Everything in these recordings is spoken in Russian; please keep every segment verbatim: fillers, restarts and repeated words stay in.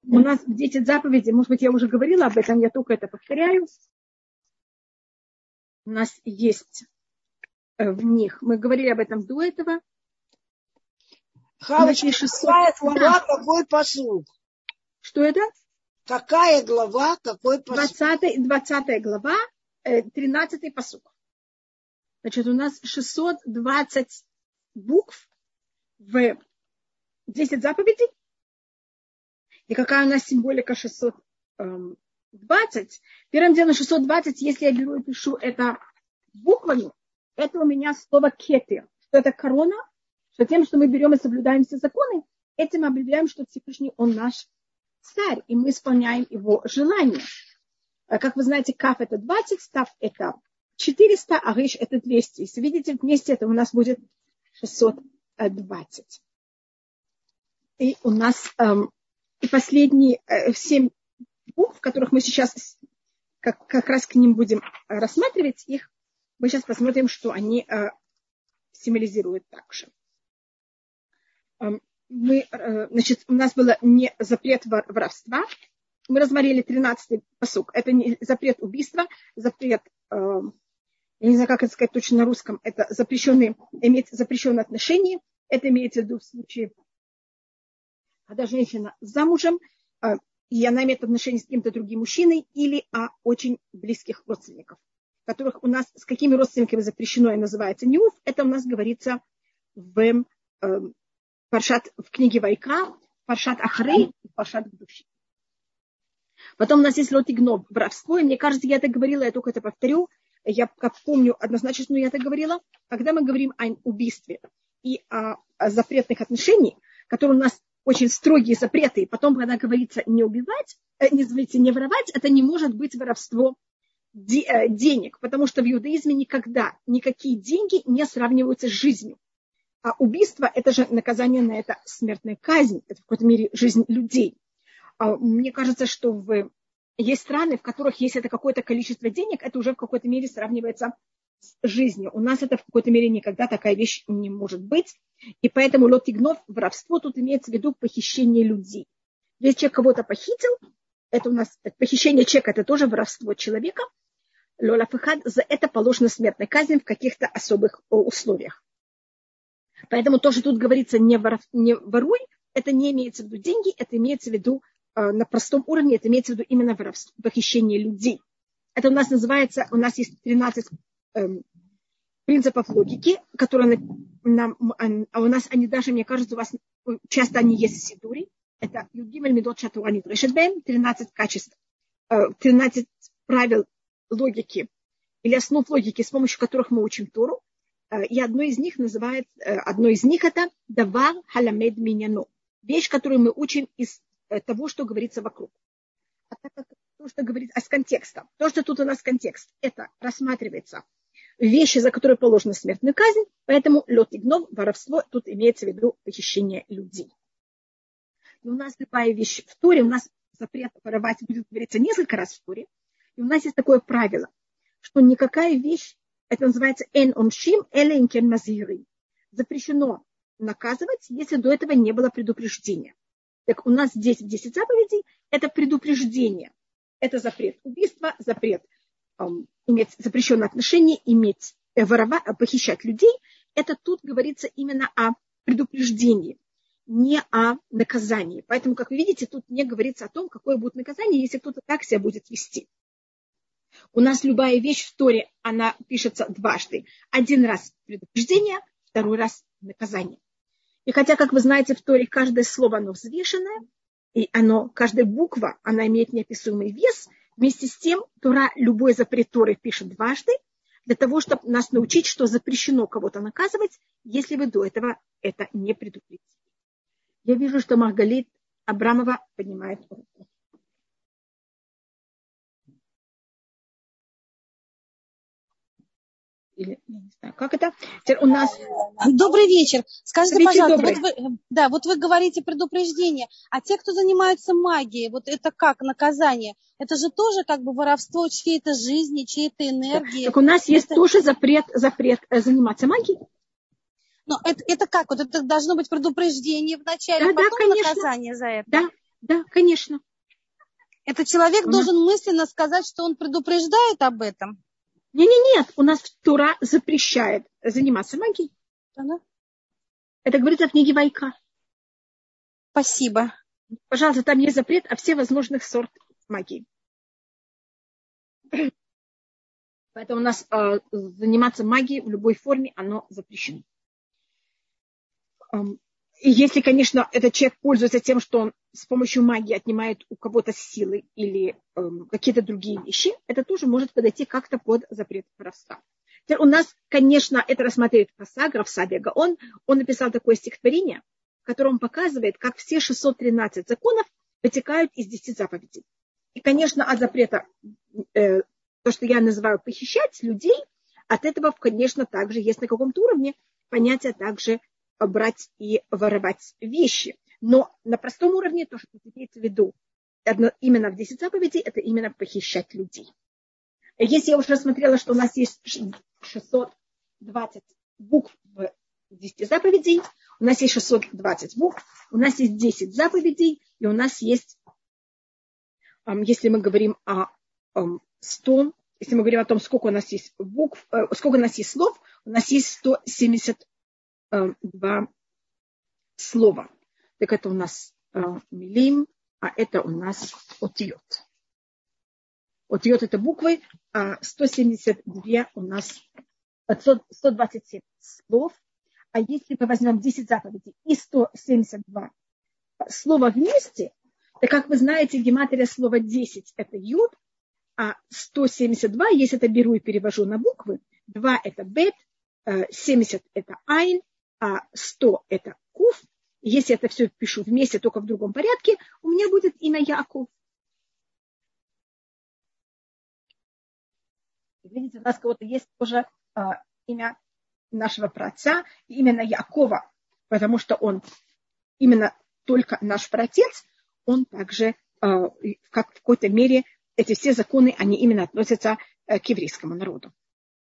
У нас десять заповедей, может быть, я уже говорила об этом, я только это повторяю. У нас есть в них, мы говорили об этом до этого. Халочка, какая глава, какой посуд? Что это? Какая глава, какой посуд? двадцатая глава, тринадцатый посуд. Значит, у нас шестьсот двадцать букв в десять заповедей. И какая у нас символика шестьсот двадцать? Первым делом шестьсот двадцать, если я беру и пишу это буквами, это у меня слово кетер. Что это корона? Что тем, что мы берем и соблюдаем все законы, этим мы объявляем, что Всевышний, он наш царь, и мы исполняем его желания. Как вы знаете, каф это двадцать, став это четыреста, а рыш это двести. Если видите, вместе это у нас будет шестьсот двадцать. И у нас эм, и последние э, семь букв, которых мы сейчас как, как раз к ним будем рассматривать, их мы сейчас посмотрим, что они э, символизируют также. Эм, мы, э, значит, у нас был не запрет воровства. Мы рассмотрели тринадцатый пасук. Это не запрет убийства, запрет, э, я не знаю, как это сказать точно на русском, это запрещенные, иметь запрещенные отношения. Это имеется в виду в случае, когда женщина замужем, э, и она имеет отношения с каким-то другим мужчиной или о очень близких родственников, которых у нас, с какими родственниками запрещено и называется неуф, это у нас говорится в, э, паршат, в книге Вайкра, паршат Ахрей и паршат Гдуши. Потом у нас есть лот и гнов, воровство, и мне кажется, я это говорила, я только это повторю, я как помню однозначно, что я это говорила, когда мы говорим о убийстве и о, о запретных отношениях, которые у нас очень строгие запреты, и потом, когда говорится не убивать, э, не, извините, не воровать, это не может быть воровство де, э, денег, потому что в иудаизме никогда никакие деньги не сравниваются с жизнью. А убийство – это же наказание на это смертная казнь, это в какой-то мере жизнь людей. А мне кажется, что в, есть страны, в которых есть это какое-то количество денег, это уже в какой-то мере сравнивается с жизнью. У нас это в какой-то мере никогда такая вещь не может быть. И поэтому лот и гнов, воровство, тут имеется в виду похищение людей. Если человек кого-то похитил, это у нас похищение человека, это тоже воровство человека. Лолафихад, за это положена смертная казнь в каких-то особых условиях. Поэтому то, что тут говорится не, вор, не воруй, это не имеется в виду деньги, это имеется в виду э, на простом уровне, это имеется в виду именно воровство, похищение людей. Это у нас называется, у нас есть тринадцать э, принципов логики, которые нам, а у нас они даже, мне кажется, у вас часто они есть в Сидуре. Это Юдгимель Медот Шатуанит Решетбем, тринадцать качеств, э, тринадцать правил логики или основ логики, с помощью которых мы учим Тору. И одно из них называет, одно из них это давар халамед миняно, вещь, которую мы учим из того, что говорится вокруг. А так как то, что говорится, а с контекстом, то, что тут у нас контекст, это рассматривается вещи, за которые положена смертная казнь, поэтому лот и гнов, воровство, тут имеется в виду похищение людей. И у нас любая вещь в Торе, у нас запрет воровать будет говориться несколько раз в Торе, и у нас есть такое правило, что никакая вещь, это называется «эн оншим эле инкен мазиры». Запрещено наказывать, если до этого не было предупреждения. Так у нас здесь в десять заповедей это предупреждение. Это запрет убийства, запрет эм, иметь запрещенные отношения, иметь, э, воровать, похищать людей. Это тут говорится именно о предупреждении, не о наказании. Поэтому, как вы видите, тут не говорится о том, какое будет наказание, если кто-то так себя будет вести. У нас любая вещь в Торе, она пишется дважды. Один раз предупреждение, второй раз наказание. И хотя, как вы знаете, в Торе каждое слово, оно взвешенное, и оно, каждая буква, она имеет неописуемый вес, вместе с тем Тора, любой запрет Торы пишет дважды, для того, чтобы нас научить, что запрещено кого-то наказывать, если вы до этого это не предупредили. Я вижу, что Маргалит Абрамова поднимает руку. Или, я не знаю, как это? Теперь у нас... Добрый вечер. Скажите, вечер, пожалуйста, вот вы, да, вот вы говорите предупреждение, а те, кто занимается магией, вот это как наказание? Это же тоже как бы воровство чьей-то жизни, чьей-то энергии. Так у нас это... есть тоже запрет, запрет заниматься магией. Но это, это как? Вот это должно быть предупреждение вначале, Да, потом да, конечно. наказание за это? Да, Да, конечно. Этот человек У должен нас... мысленно сказать, что он предупреждает об этом? Нет, нет, нет. У нас Тора запрещает заниматься магией. Да? Это говорится в книге Вайкра. Спасибо. Пожалуйста, там есть запрет о всех возможных сорт магии. Поэтому у нас э, заниматься магией в любой форме, оно запрещено. Эм, и если, конечно, этот человек пользуется тем, что он с помощью магии отнимает у кого-то силы или эм, какие-то другие вещи, это тоже может подойти как-то под запрет воровства. Теперь у нас, конечно, это рассматривает Пасаг, Рав Садия Гаон. Он написал такое стихотворение, в котором он показывает, как все шестьсот тринадцать законов вытекают из десяти заповедей. И, конечно, от запрета, э, то, что я называю похищать людей, от этого, конечно, также есть на каком-то уровне понятие также брать и воровать вещи. Но на простом уровне то, что имеется в виду именно в десяти заповедей, это именно похищать людей. Если я уже рассмотрела, что у нас есть шестьсот двадцать букв в десяти заповедей, у нас есть шестьсот двадцать букв, у нас есть десять заповедей, и у нас есть, если мы говорим о сто, если мы говорим о том, сколько у нас есть букв, сколько у нас есть слов, у нас есть сто семьдесят два слова. Так это у нас милим, а это у нас отиот. Отиот это буквы, а сто семьдесят два у нас, сто двадцать семь слов. А если мы возьмем десять заповедей и сто семьдесят два слова вместе, то, как вы знаете, гематрия слова десять это юд, а сто семьдесят два, если это беру и перевожу на буквы, два это бет, семьдесят это айн, а сто это куф. Если это все пишу вместе, только в другом порядке, у меня будет имя Яков. Видите, у нас кого-то есть тоже а, имя нашего праотца, именно Якова, потому что он именно только наш праотец, он также а, как в какой-то мере эти все законы, они именно относятся а, к еврейскому народу.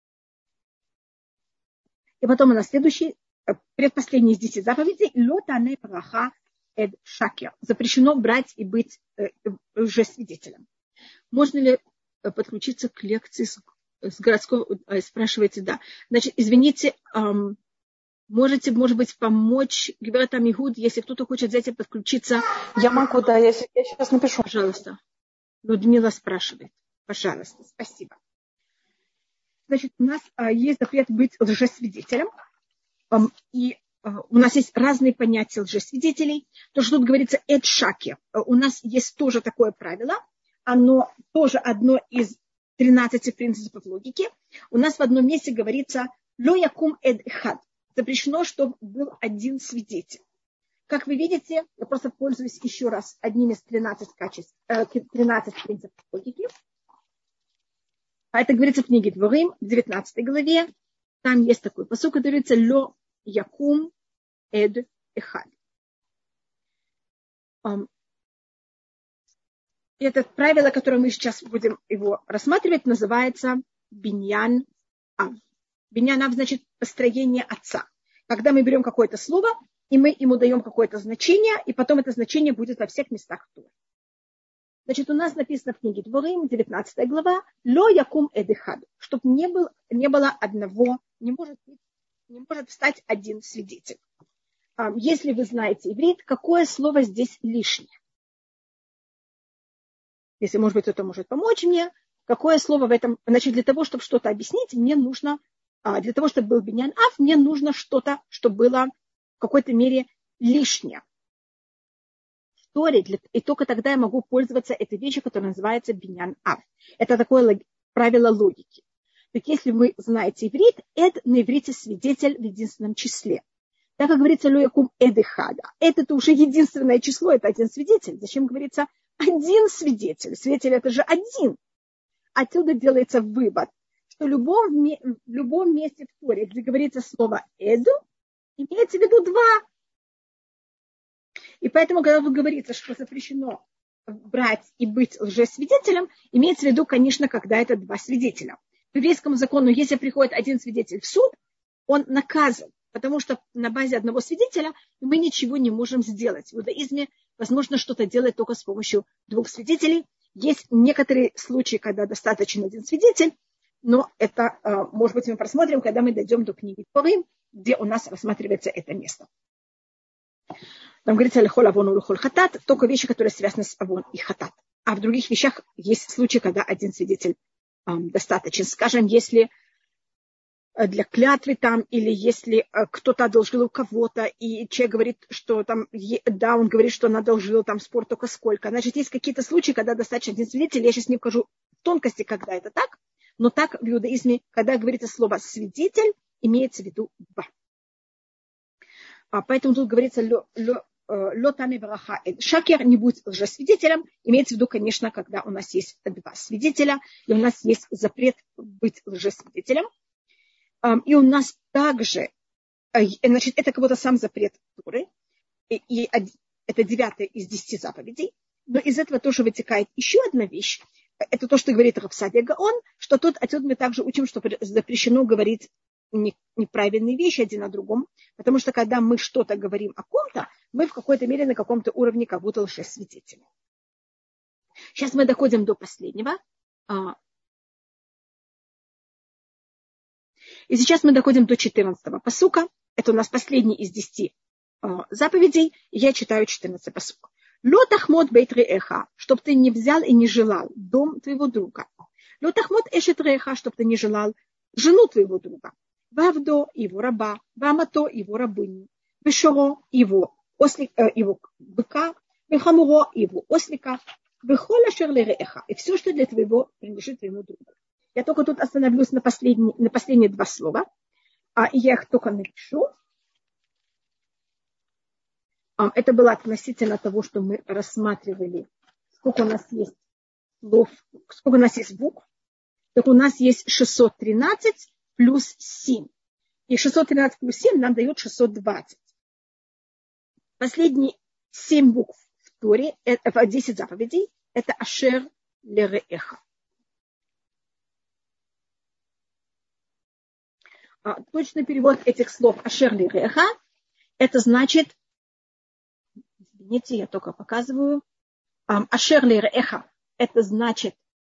И потом у нас следующий, предпоследний из десяти заповедей, лотане праха эд шакер. Запрещено брать и быть э, лжесвидетелем. Можно ли подключиться к лекции с, с городского, спрашиваете, да. Значит, извините, эм, можете, может быть, помочь Гиберат Амигуд, если кто-то хочет взять и подключиться. Я могу, да, я, я сейчас напишу. Пожалуйста. Людмила спрашивает. Пожалуйста, спасибо. Значит, у нас а, есть запрет быть лжесвидетелем. А, и а, у нас есть разные понятия лжесвидетелей. То, что тут говорится эд шакер. У нас есть тоже такое правило. Оно тоже одно из тринадцати принципов логики. У нас в одном месте говорится ло якум эд эхад. Запрещено, чтобы был один свидетель. Как вы видите, я просто пользуюсь еще раз одним из тринадцати качеств, э, тринадцати принципов логики. А это говорится в книге Дворим, в девятнадцатой главе. Там есть такой пасук, который говорится «Ло якум эд эхад». И это правило, которое мы сейчас будем его рассматривать, называется биньян ав. Биньян ав значит построение отца. Когда мы берем какое-то слово, и мы ему даем какое-то значение, и потом это значение будет во всех местах Торы. Значит, у нас написано в книге Дворим, девятнадцатая глава, «Ло якум эд эхад», чтобы не, был, не было одного, не может, быть, не может встать один свидетель. Если вы знаете иврит, какое слово здесь лишнее? Если, может быть, кто-то может помочь мне, какое слово в этом, значит, для того, чтобы что-то объяснить, мне нужно, для того, чтобы был биньян ав, мне нужно что-то, что было в какой-то мере лишнее. И только тогда я могу пользоваться этой вещью, которая называется биньян ав. Это такое правило логики. Так если вы знаете иврит, эд на иврите свидетель в единственном числе. Так как говорится ло якум эд эхад. Это уже единственное число, это один свидетель. Зачем говорится один свидетель? Свидетель это же один. Отсюда делается вывод, что в любом, в любом месте в Торе, где говорится слово эду, имеется в виду два. И поэтому, когда тут говорится, что запрещено брать и быть лжесвидетелем, имеется в виду, конечно, когда это два свидетеля. По еврейскому закону, если приходит один свидетель в суд, он наказан, потому что на базе одного свидетеля мы ничего не можем сделать. В иудаизме возможно что-то делать только с помощью двух свидетелей. Есть некоторые случаи, когда достаточно один свидетель, но это, может быть, мы просмотрим, когда мы дойдем до книги Дворим, где у нас рассматривается это место. Там говорится лехол авон улехол хатат, только вещи, которые связаны с авон и хатат. А в других вещах есть случаи, когда один свидетель эм, достаточен. Скажем, если для клятвы там, или если э, кто-то одолжил у кого-то, и человек говорит, что там, е, да, он говорит, что он одолжил там спор только сколько. Значит, есть какие-то случаи, когда достаточно один свидетель. Я сейчас не вхожу в тонкости, когда это так, но так в иудаизме, когда говорится слово «свидетель», имеется в виду два. А поэтому тут говорится «лё, лё, лотами бараха эль шакер», не будь лжесвидетелем. Имеется в виду, конечно, когда у нас есть два свидетеля, и у нас есть запрет быть лжесвидетелем. И у нас также, значит, это как будто сам запрет Торы, и, и это девятая из десяти заповедей, но из этого тоже вытекает еще одна вещь. Это то, что говорит Рав Садия Гаон, что тут отсюда мы также учим, что запрещено говорить неправильные вещи один о другом, потому что когда мы что-то говорим о ком-то, мы в какой-то мере на каком-то уровне как будто лжесвидетели. Сейчас мы доходим до последнего. И сейчас мы доходим до четырнадцатого пасука. Это у нас последний из десяти заповедей. И я читаю четырнадцатый пасук. Ло тахмот бейт реэха, чтоб ты не взял и не желал дом твоего друга. Ло тахмот эшет реэха, чтоб ты не желал жену твоего друга. Вавдо его раба, вамато его рабыню, вешоро его, ослик, э, его быка, вехамуро его ослика, вехола шерли реэха. И все, что для твоего принадлежит твоему другу. Я только тут остановлюсь на, последние, на последние два слова, а я их только напишу. Это было относительно того, что мы рассматривали, сколько у нас есть слов, сколько у нас есть букв. Так у нас есть шестьсот тринадцать плюс семь. И шестьсот тринадцать плюс семь нам дает шестьсот двадцать. Последние семь букв в Торе, это десять заповедей, это ашер лереэха. Точный перевод этих слов ашер лереэха, это значит, извините, я только показываю, ашер лереэха, это значит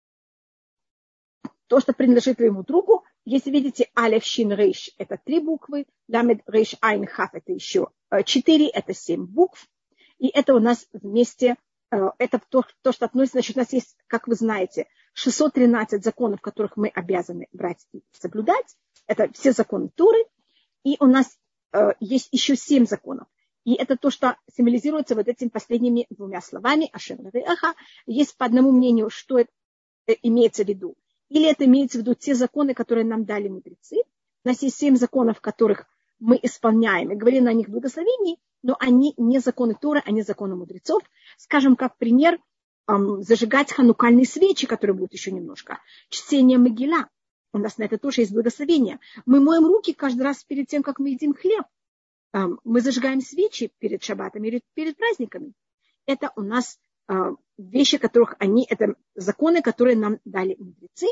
то, что принадлежит твоему другу. Если видите, алеф, шин, рейш, это три буквы, ламед, рейш, айн, хав, это еще четыре, это семь букв. И это у нас вместе, это то, то, что относится, значит, у нас есть, как вы знаете, шестьсот тринадцать законов, которых мы обязаны брать и соблюдать. Это все законы Торы. И у нас э, есть еще семь законов. И это то, что символизируется вот этими последними двумя словами, ашер лереэха. Есть по одному мнению, что это имеется в виду. Или это имеется в виду те законы, которые нам дали мудрецы. У нас есть семь законов, которых мы исполняем и говорим на них благословений, но они не законы Торы, они законы мудрецов. Скажем, как пример, эм, зажигать ханукальные свечи, которые будут еще немножко. Чтение Мегилла. У нас на это тоже есть благословение. Мы моем руки каждый раз перед тем, как мы едим хлеб. Эм, мы зажигаем свечи перед шаббатом или перед праздниками. Это у нас э, вещи, которых они, это законы, которые нам дали мудрецы.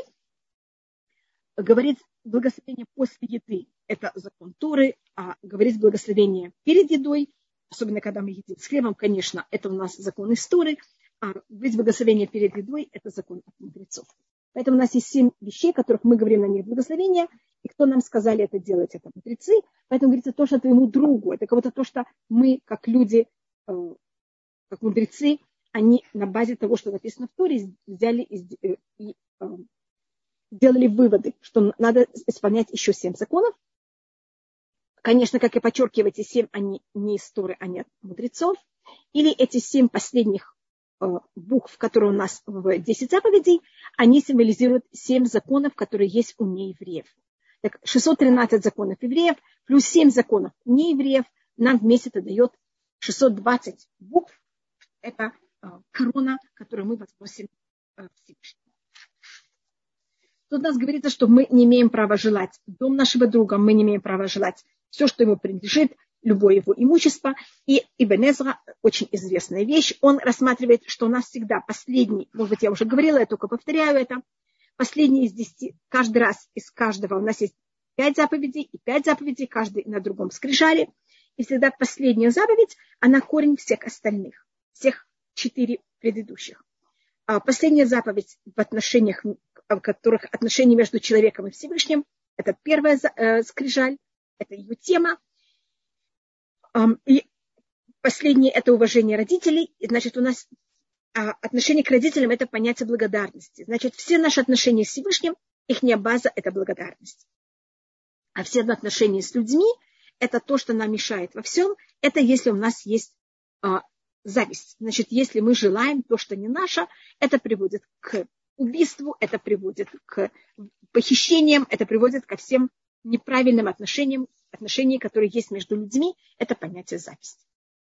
Говорит благословение после еды, это закон Торы, а говорить благословение перед едой, особенно когда мы едим с хлебом, конечно, это у нас закон из Торы, а говорить благословение перед едой, это закон от мудрецов. Поэтому у нас есть семь вещей, которых мы говорим на них благословения, и кто нам сказали это делать, это мудрецы. Поэтому говорится то, что твоему другу, это как будто то, что мы, как люди, как мудрецы, они на базе того, что написано в Торе, взяли и, и сделали выводы, что надо исполнять еще семь законов. Конечно, как я подчеркиваю, эти семь, они не из Торы, они от мудрецов. Или эти семь последних э, букв, которые у нас в десять заповедей, они символизируют семь законов, которые есть у неевреев. Так, шестьсот тринадцать законов евреев плюс семь законов неевреев нам вместе это дает шестьсот двадцать букв. Это э, корона, которую мы возносим э, Всевышнему. Тут у нас говорится, что мы не имеем права желать дом нашего друга, мы не имеем права желать все, что ему принадлежит, любое его имущество. И Ибн Эзра, очень известная вещь, он рассматривает, что у нас всегда последний, может быть, я уже говорила, я только повторяю это, последний из десяти, каждый раз из каждого у нас есть пять заповедей, и пять заповедей, каждый на другом скрижале. И всегда последняя заповедь, она корень всех остальных. всех четыре предыдущих. Последняя заповедь в отношениях, в которых отношения между человеком и Всевышним, это первая скрижаль, это ее тема. И последнее – это уважение родителей. И, значит, у нас отношение к родителям – это понятие благодарности. Значит, все наши отношения с Всевышним, их база – это благодарность. А все отношения с людьми – это то, что нам мешает во всем. Это если у нас есть а, зависть. Значит, если мы желаем то, что не наше, это приводит к убийству, это приводит к похищениям, это приводит ко всем неправильным отношениям, отношения, которые есть между людьми. Это понятие зависти.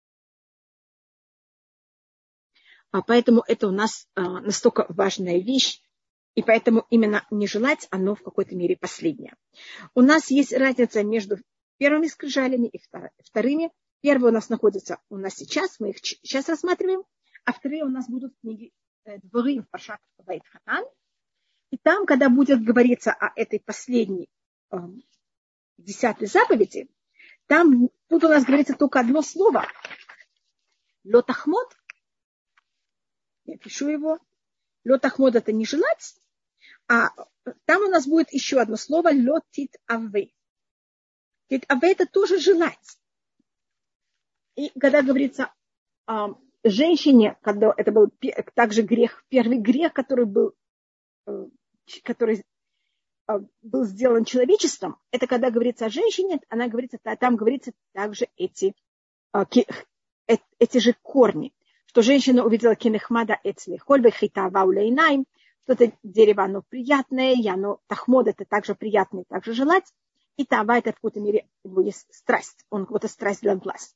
А поэтому это у нас а, настолько важная вещь. И поэтому именно не желать, оно в какой-то мере последнее. У нас есть разница между первыми скрижалями и вторыми. Первые у нас находятся у нас сейчас, мы их сейчас рассматриваем, а вторые у нас будут в книге Дворим в Паршат Ваэйт-Хатан. И там, когда будет говориться о этой последней э, десятой заповеди, там, тут у нас говорится только одно слово. Лотахмод. Я пишу его. Лотахмод это не желать, а там у нас будет еще одно слово лотит аве. Тит аве это тоже желать. И когда говорится о женщине, когда это был также грех, первый грех, который был, который был сделан человечеством, это когда говорится о женщине, она говорится, там говорится также эти, эти же корни. Что женщина увидела кинехмада эцли хольбе хитава улейнаим, что это дерево, оно приятное, и оно тахмод, это также приятное, также желать, и тава, это в какой-то мере его есть страсть, он какая-то страсть для глаз.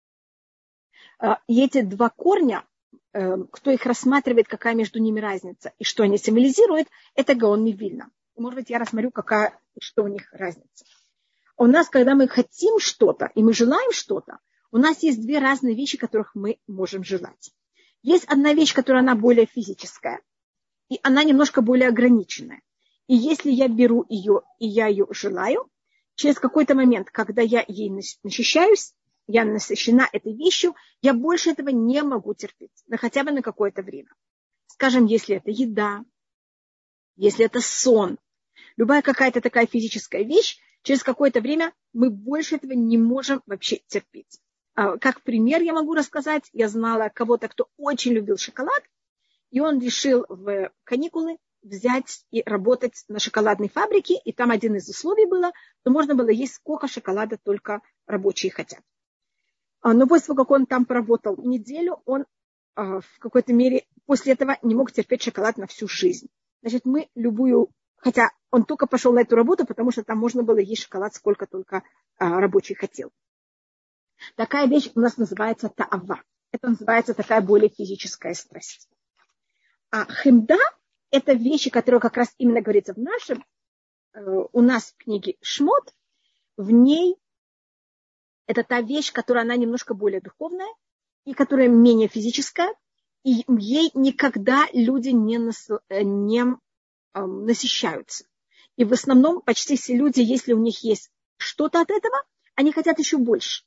И эти два корня, кто их рассматривает, какая между ними разница, и что они символизируют, это Гаон Мивильна. Может быть, я рассмотрю, какая, что у них разница. У нас, когда мы хотим что-то, и мы желаем что-то, у нас есть две разные вещи, которых мы можем желать. Есть одна вещь, которая она более физическая, и она немножко более ограниченная. И если я беру ее, и я ее желаю, через какой-то момент, когда я ей насыщаюсь, я насыщена этой вещью, я больше этого не могу терпеть, но хотя бы на какое-то время. Скажем, если это еда, если это сон, любая какая-то такая физическая вещь, через какое-то время мы больше этого не можем вообще терпеть. Как пример я могу рассказать, я знала кого-то, кто очень любил шоколад, и он решил в каникулы взять и работать на шоколадной фабрике, и там один из условий было, что можно было есть сколько шоколада только рабочие хотят. Но после того, как он там поработал неделю, он в какой-то мере после этого не мог терпеть шоколад на всю жизнь. Значит, мы любую, хотя он только пошел на эту работу, потому что там можно было есть шоколад сколько только рабочий хотел. Такая вещь у нас называется таава. Это называется такая более физическая страсть. А хемда – это вещи, которые как раз именно говорится в нашем, э, у нас в книге Шмот, в ней это та вещь, которая она немножко более духовная и которая менее физическая, и ей никогда люди не, нас, не э, насыщаются. И в основном почти все люди, если у них есть что-то от этого, они хотят еще больше.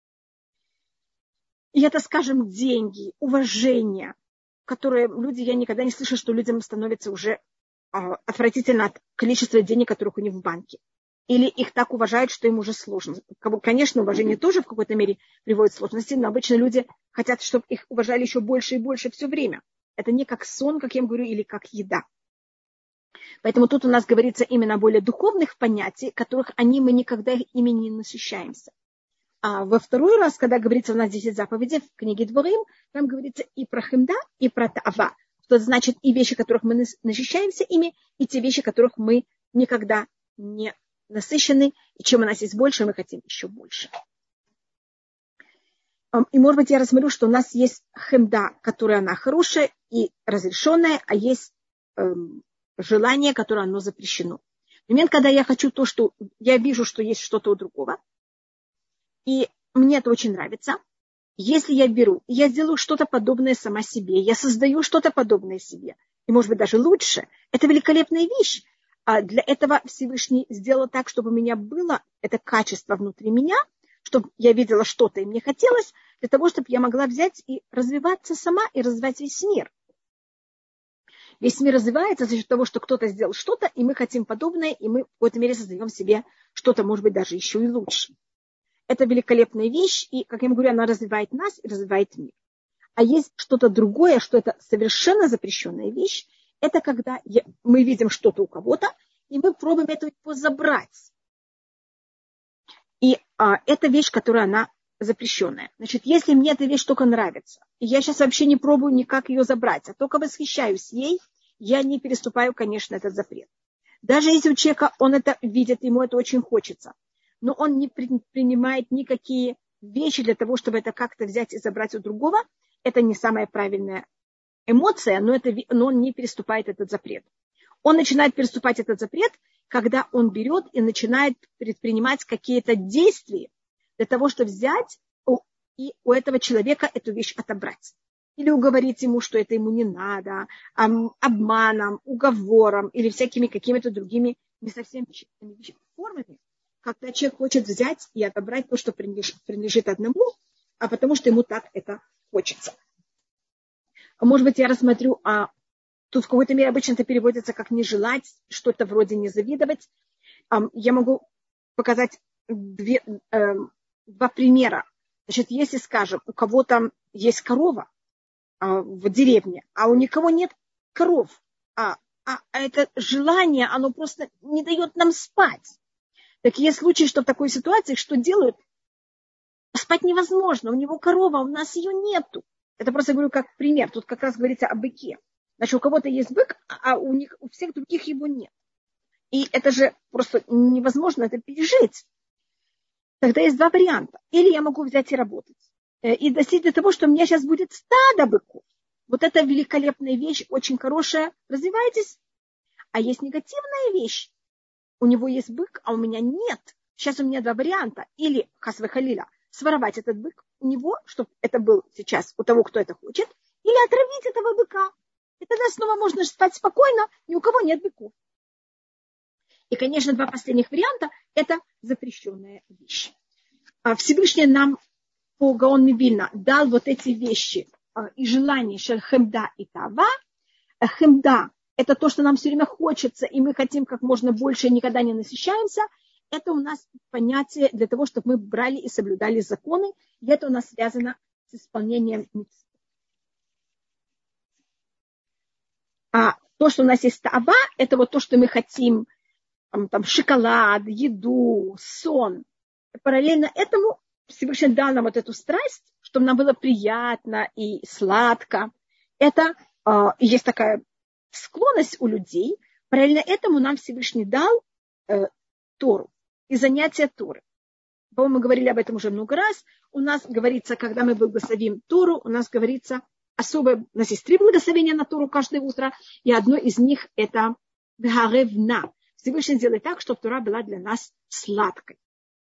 И это, скажем, деньги, уважение, которые люди, я никогда не слышу, что людям становится уже а, отвратительно от количества денег, которых у них в банке. Или их так уважают, что им уже сложно. Конечно, уважение тоже в какой-то мере приводит к сложности, но обычно люди хотят, чтобы их уважали еще больше и больше все время. Это не как сон, как я им говорю, или как еда. Поэтому тут у нас говорится именно о более духовных понятиях, которых они, мы никогда ими не насыщаемся. А во второй раз, когда говорится у нас десять заповедей в книге Дворим, там говорится и про хемда, и про таава. Что значит и вещи, которых мы насыщаемся ими, и те вещи, которых мы никогда не насыщены. И чем у нас есть больше, мы хотим еще больше. И, может быть, я рассмотрю, что у нас есть хемда, которая она хорошая и разрешенная, а есть эм, желание, которое оно запрещено. В момент, когда я хочу то, что я вижу, что есть что-то у другого, и мне это очень нравится. Если я беру, я сделаю что-то подобное сама себе, я создаю что-то подобное себе, и, может быть, даже лучше, это великолепная вещь. А для этого Всевышний сделал так, чтобы у меня было это качество внутри меня, чтобы я видела что-то, и мне хотелось, для того, чтобы я могла взять и развиваться сама, и развивать весь мир. Весь мир развивается за счет того, что кто-то сделал что-то, и мы хотим подобное, и мы в какой-то мере создаем себе что-то, может быть, даже еще и лучше. Это великолепная вещь, и, как я говорю, она развивает нас и развивает мир. А есть что-то другое, что это совершенно запрещенная вещь, это когда мы видим что-то у кого-то, и мы пробуем это забрать. И а, это вещь, которая она запрещенная. Значит, если мне эта вещь только нравится, и я сейчас вообще не пробую никак ее забрать, а только восхищаюсь ей, я не переступаю, конечно, этот запрет. Даже если у человека он это видит, ему это очень хочется, но он не при, принимает никакие вещи для того, чтобы это как-то взять и забрать у другого, это не самая правильная эмоция, но, это, но он не переступает этот запрет. Он начинает переступать этот запрет, когда он берет и начинает предпринимать какие-то действия для того, чтобы взять и у этого человека эту вещь отобрать. Или уговорить ему, что это ему не надо, обманом, уговором или всякими какими-то другими не совсем чистыми формами, когда человек хочет взять и отобрать то, что принадлежит одному, а потому что ему так это хочется. Может быть, я рассмотрю, а тут в какой-то мере обычно это переводится как не желать, что-то вроде не завидовать. Я могу показать две, э, два примера. Значит, если, скажем, у кого-то есть корова э, в деревне, а у никого нет коров, а, а, а это желание, оно просто не дает нам спать. Так есть случаи, что в такой ситуации, что делают? Спать невозможно, у него корова, у нас ее нету. Это просто говорю как пример. Тут как раз говорится о быке. Значит, у кого-то есть бык, а у них у всех других его нет. И это же просто невозможно это пережить. Тогда есть два варианта. Или я могу взять и работать. И достичь до того, что у меня сейчас будет стадо быков. Вот это великолепная вещь, очень хорошая. Развивайтесь. А есть негативная вещь. У него есть бык, а у меня нет. Сейчас у меня два варианта. Или, хасве халиля, своровать этот бык у него, чтобы это был сейчас у того, кто это хочет, или отравить этого быка. И тогда снова можно спать спокойно, ни у кого нет быков. И, конечно, два последних варианта – это запрещенная вещь. Всевышний нам по Гаон Мивильна дал вот эти вещи и желания шель хемда и тава. Хемда – это то, что нам все время хочется, и мы хотим как можно больше, и никогда не насыщаемся. Это у нас понятие для того, чтобы мы брали и соблюдали законы, и это у нас связано с исполнением мицвот. А то, что у нас есть тава, это вот то, что мы хотим, там, там, шоколад, еду, сон. Параллельно этому Всевышний дал нам вот эту страсть, чтобы нам было приятно и сладко. Это э, есть такая склонность у людей. Параллельно этому нам Всевышний дал э, Тору и занятия Торы. По-моему, мы говорили об этом уже много раз. У нас говорится, когда мы благословим Тору, у нас говорится особое, у нас есть три благословения на Тору каждое утро, и одно из них это «Бхаревна». Всевышний делает так, чтобы Тора была для нас сладкой.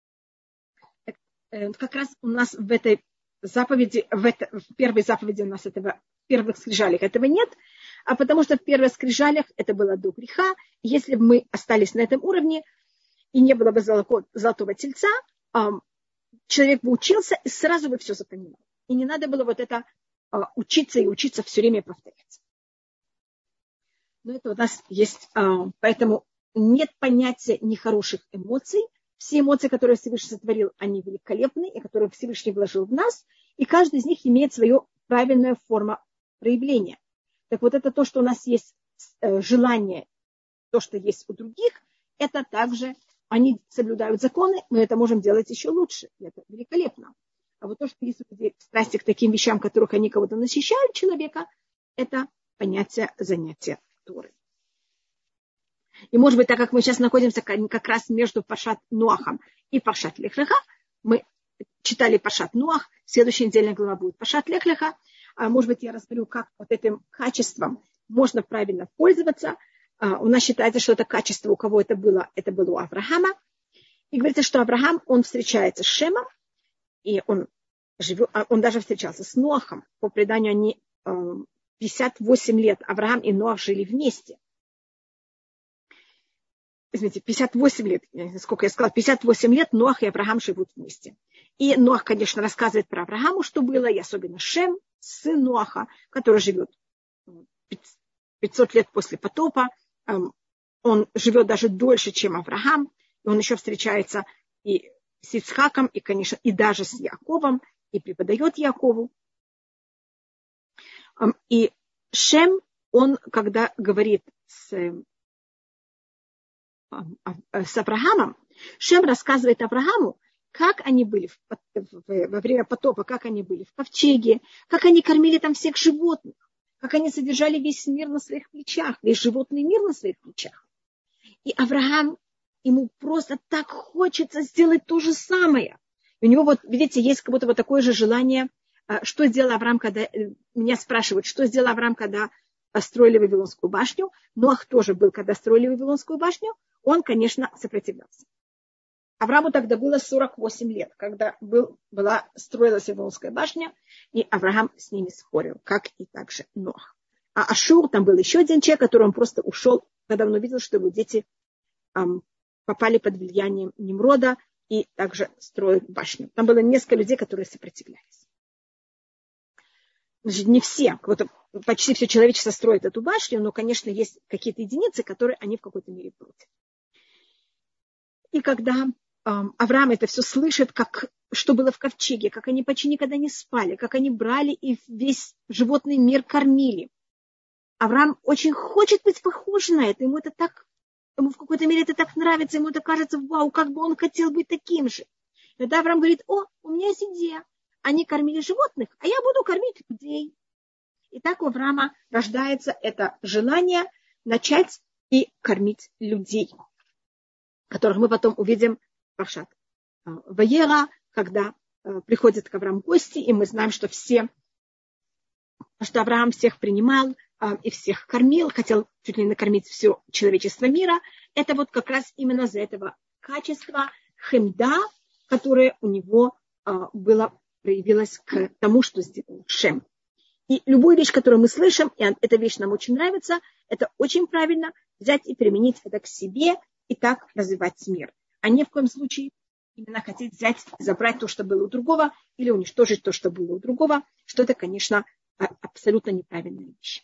Как раз у нас в этой заповеди, в, это, в первой заповеди у нас этого, в первых скрижалях этого нет, а потому что в первых скрижалях это было до греха. Если бы мы остались на этом уровне, и не было бы золотого, золотого тельца, человек бы учился и сразу бы все запоминал. И не надо было вот это учиться и учиться все время повторять. Но это у нас есть, поэтому нет понятия нехороших эмоций. Все эмоции, которые Всевышний сотворил, они великолепны, и которые Всевышний вложил в нас, и каждый из них имеет свою правильную форму проявления. Так вот это то, что у нас есть желание, то, что есть у других, это также они соблюдают законы, мы это можем делать еще лучше. Это великолепно. А вот то, что есть у людей страсти к таким вещам, которых они кого-то насыщают человека, это понятие занятия Торы. И, может быть, так как мы сейчас находимся как раз между Паршат Ноахом и Паршат Лех Леха, мы читали Паршат Ноах, следующая недельная глава будет Паршат Лех Леха, а может быть, я разберу, как вот этим качеством можно правильно пользоваться. У нас считается, что это качество, у кого это было, это было у Авраама. И говорится, что Авраам, он встречается с Шемом, и он, живет, он даже встречался с Ноахом. По преданию, они пятьдесят восемь лет Авраам и Ноах жили вместе. извините, пятьдесят восемь лет, я не знаю, сколько я сказала, пятьдесят восемь лет Ноах и Авраам живут вместе. И Ноах, конечно, рассказывает про Аврааму, что было, и особенно Шем, сын Ноаха, который живет пятьсот лет после потопа. Он живет даже дольше, чем Авраам. И он еще встречается и с Ицхаком, и, конечно, и даже с Яковом, и преподает Якову. И Шем, он, когда говорит с, с Авраамом, Шем рассказывает Аврааму, как они были в, в, во время потопа, как они были в ковчеге, как они кормили там всех животных, как они содержали весь мир на своих плечах, весь животный мир на своих плечах. И Авраам, ему просто так хочется сделать то же самое. И у него вот, видите, есть как будто вот такое же желание, что сделал Авраам, когда, меня спрашивают, что сделал Авраам, когда строили Вавилонскую башню. Ноах тоже был, когда строили Вавилонскую башню, он, конечно, сопротивлялся. Аврааму тогда было сорок восемь лет, когда был, была, строилась Вавилонская башня, и Авраам с ними спорил, как и также Ноах. А Ашур, там был еще один человек, который он просто ушел, когда он увидел, что его дети эм, попали под влиянием Немрода и также строят башню. Там было несколько людей, которые сопротивлялись. Значит, не все, вот почти все человечество строит эту башню, но, конечно, есть какие-то единицы, которые они в какой-то мере против. И когда Авраам это все слышит, как, что было в ковчеге, как они почти никогда не спали, как они брали и весь животный мир кормили. Авраам очень хочет быть похож на это, ему это так, ему в какой-то мере это так нравится, ему это кажется, вау, как бы он хотел быть таким же. И тогда Авраам говорит, о, у меня есть идея, они кормили животных, а я буду кормить людей. И так у Авраама рождается это желание начать и кормить людей, которых мы потом увидим Паршат Ваера, когда э, приходят к Аврааму гости, и мы знаем, что все, что Авраам всех принимал э, и всех кормил, хотел чуть ли не накормить все человечество мира. Это вот как раз именно за этого качества хемда, которое у него э, было, проявилось к тому, что сделал Шем. И любую вещь, которую мы слышим, и эта вещь нам очень нравится, это очень правильно взять и применить это к себе и так развивать мир. А ни в коем случае именно хотеть взять, забрать то, что было у другого, или уничтожить то, что было у другого, что это, конечно, абсолютно неправильная вещь.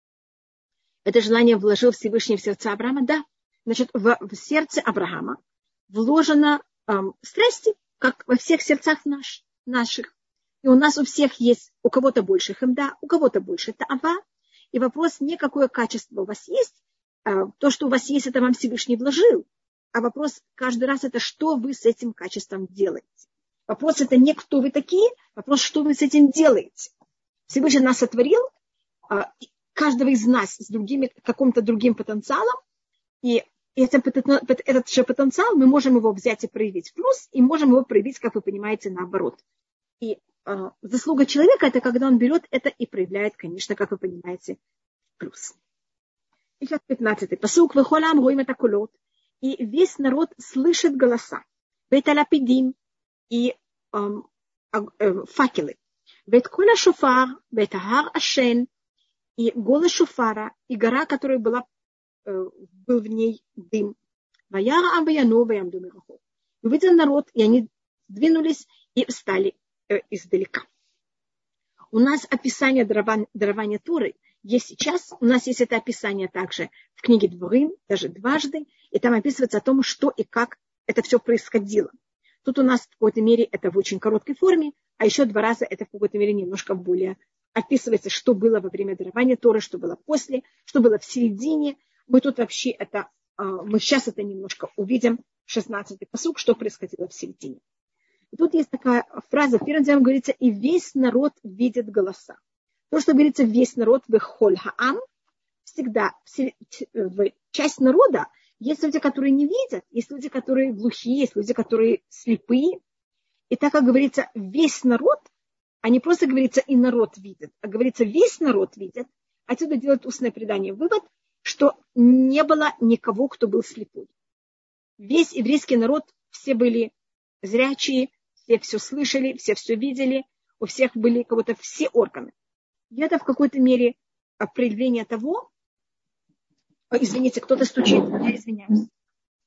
Это желание вложил Всевышний в сердце Авраама? Да. Значит, в, в сердце Авраама вложено эм, страсти, как во всех сердцах наш, наших. И у нас у всех есть, у кого-то больше хемда, у кого-то больше таава. И вопрос не какое качество у вас есть, э, то, что у вас есть, это вам Всевышний вложил. А вопрос каждый раз это, что вы с этим качеством делаете. Вопрос это не кто вы такие, вопрос, что вы с этим делаете. Всевышний нас сотворил, каждого из нас с другими, каким-то другим потенциалом, и этот же потенциал мы можем его взять и проявить в плюс, и можем его проявить, как вы понимаете, наоборот. И заслуга человека это когда он берет это и проявляет, конечно, как вы понимаете, в плюс. И сейчас пятнадцатый пасук. Вехолам роим это кулот. И весь народ слышит голоса. Веталапидим и эм, э, факелы. Вет коля шофар, ветагар ашен, и голос шофара, и гора, которая была, э, был в ней дым. Ваяра абаяну ваямду мираху. Увидел народ, и они двинулись и встали э, издалека. У нас описание дарования Торы есть сейчас. У нас есть это описание также в книге Дворим, даже дважды. И там описывается о том, что и как это все происходило. Тут у нас в какой-то мере это в очень короткой форме, а еще два раза это в какой-то мере немножко более описывается, что было во время дарования Торы, что было после, что было в середине. Мы тут вообще это, мы сейчас это немножко увидим, шестнадцатый пасук, что происходило в середине. И тут есть такая фраза, в первом деле говорится, и весь народ видит голоса. То, что говорится весь народ, вехоль хаам, всегда в часть народа есть люди, которые не видят, есть люди, которые глухие, есть люди, которые слепые. И так как говорится весь народ, а не просто говорится и народ видит, а говорится весь народ видит, отсюда делает устное предание вывод, что не было никого, кто был слепой. Весь еврейский народ, все были зрячие, все все слышали, все все видели, у всех были кого-то все органы. И это в какой-то мере проявление того, извините, кто-то стучит, я извиняюсь.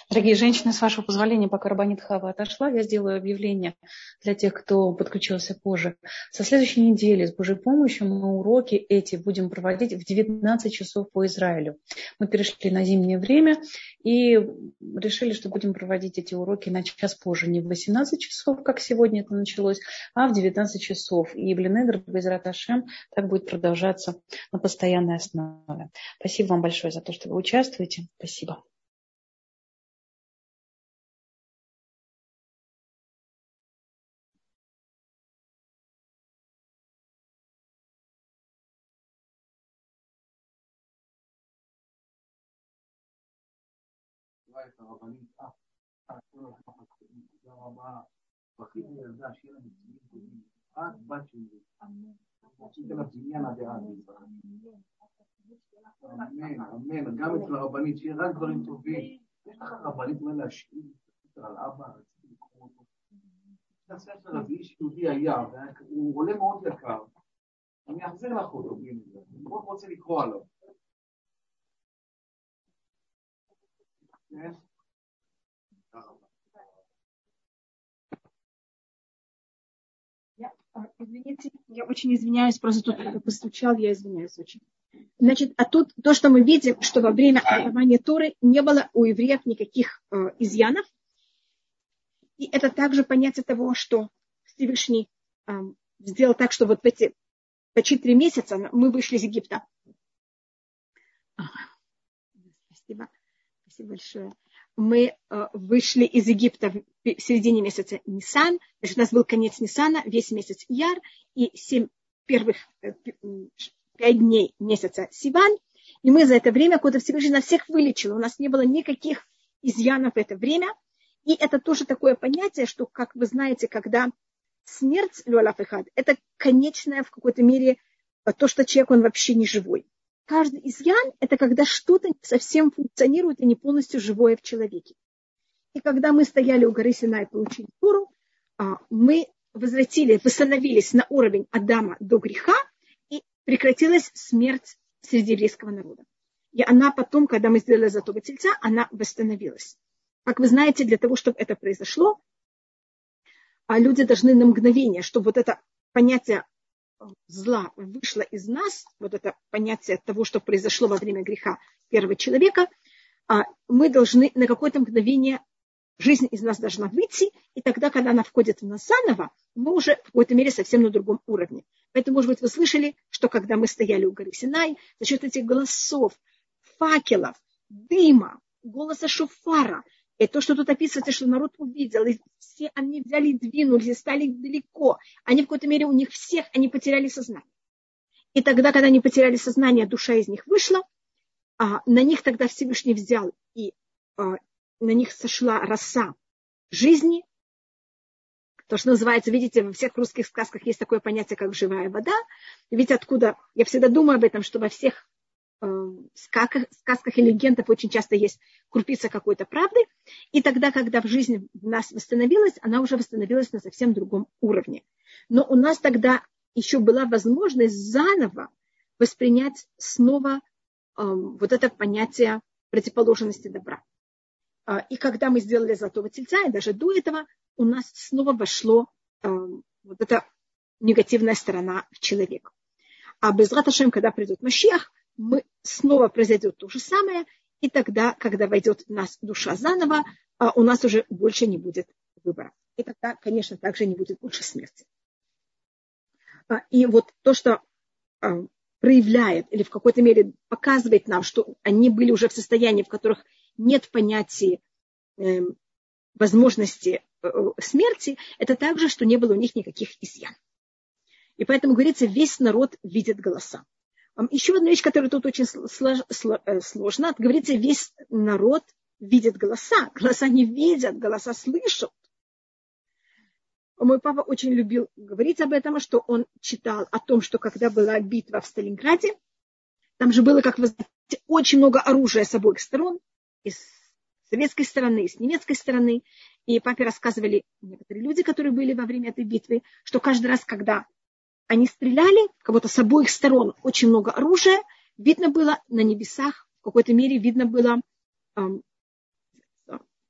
Дорогие женщины, с вашего позволения, пока Рабанит Хава отошла, я сделаю объявление для тех, кто подключился позже. Со следующей недели с Божьей помощью мы уроки эти будем проводить в девятнадцать часов по Израилю. Мы перешли на зимнее время и решили, что будем проводить эти уроки на час позже. Не в восемнадцать часов, как сегодня это началось, а в девятнадцать часов. И Блинедер Безрат Ашем так будет продолжаться на постоянной основе. Спасибо вам большое за то, что вы участвуете. Спасибо. את הרבנית אף, כל הזמן, תודה רבה, בכי מילדה, שיהיה לה נציגים טובים, את בת שלי, עשית לה בניין הדעה, אמן, אמן, גם אצל הרבנית, שיהיה רק דברים טובים, יש לך רבנית מה להשאיר, על אבא, רציתי לקרוא אותו, זה הספר רביעי שיהודי היה, הוא עולה מאוד יקר, אני אחזיר לך אותו, אני מאוד רוצה לקרוא עליו. Yes. Я, извините, я очень извиняюсь, просто тут кто-то постучал, я извиняюсь очень. Значит, а тут то, что мы видим, что во время образования Торы не было у евреев никаких э, изъянов. И это также понятие того, что Всевышний э, сделал так, что вот в эти почти три месяца мы вышли из Египта. Спасибо. Спасибо большое. Мы э, вышли из Египта в, в середине месяца Нисан. Значит, у нас был конец Нисана, весь месяц Яр и семь первых э, пять дней месяца Сиван. И мы за это время, куда Всевышний нас всех вылечил. У нас не было никаких изъянов в это время. И это тоже такое понятие, что, как вы знаете, когда смерть Лёлаф Эхад, это конечное в какой-то мере то, что человек, он вообще не живой. Каждый изъян – это когда что-то совсем функционирует и не полностью живое в человеке. И когда мы стояли у горы Синай и получили Тору, мы возвратили, восстановились на уровень Адама до греха, и прекратилась смерть среди еврейского народа. И она потом, когда мы сделали Золотого Тельца, она восстановилась. Как вы знаете, для того, чтобы это произошло, люди должны на мгновение, чтобы вот это понятие зла вышло из нас, вот это понятие того, что произошло во время греха первого человека, мы должны на какое-то мгновение, жизнь из нас должна выйти, и тогда, когда она входит в нас заново, мы уже в какой-то мере совсем на другом уровне. Поэтому, может быть, вы слышали, что когда мы стояли у горы Синай, за счет этих голосов, факелов, дыма, голоса шофара, и то, что тут описывается, что народ увидел, и все они взяли и двинулись, и стали далеко. Они в какой-то мере у них всех, они потеряли сознание. И тогда, когда они потеряли сознание, душа из них вышла, а на них тогда Всевышний взял, и а, на них сошла роса жизни. То, что называется, видите, во всех русских сказках есть такое понятие, как живая вода. И видите, откуда, я всегда думаю об этом, что во всех сказках, сказках и легендах очень часто есть крупица какой-то правды. И тогда, когда в жизни в нас восстановилась, она уже восстановилась на совсем другом уровне. Но у нас тогда еще была возможность заново воспринять снова э, вот это понятие противоположности добра. Э, и когда мы сделали Золотого Тельца, и даже до этого, у нас снова вошло э, вот эта негативная сторона в человека. А Безрат Ашем, когда придет Машиах, мы снова произойдет то же самое, и тогда, когда войдет в нас душа заново, у нас уже больше не будет выбора. И тогда, конечно, также не будет больше смерти. И вот то, что проявляет или в какой-то мере показывает нам, что они были уже в состоянии, в которых нет понятия возможности смерти, это также, что не было у них никаких изъян. И поэтому, говорится, весь народ видит голоса. Еще одна вещь, которая тут очень сложна. Говорится, весь народ видит голоса. Голоса не видят, голоса слышат. Мой папа очень любил говорить об этом, что он читал о том, что когда была битва в Сталинграде, там же было, как вы знаете, очень много оружия с обоих сторон, и с советской стороны, и с немецкой стороны. И папе рассказывали некоторые люди, которые были во время этой битвы, что каждый раз, когда они стреляли, кого-то с обоих сторон очень много оружия, видно было на небесах, в какой-то мере видно было, эм,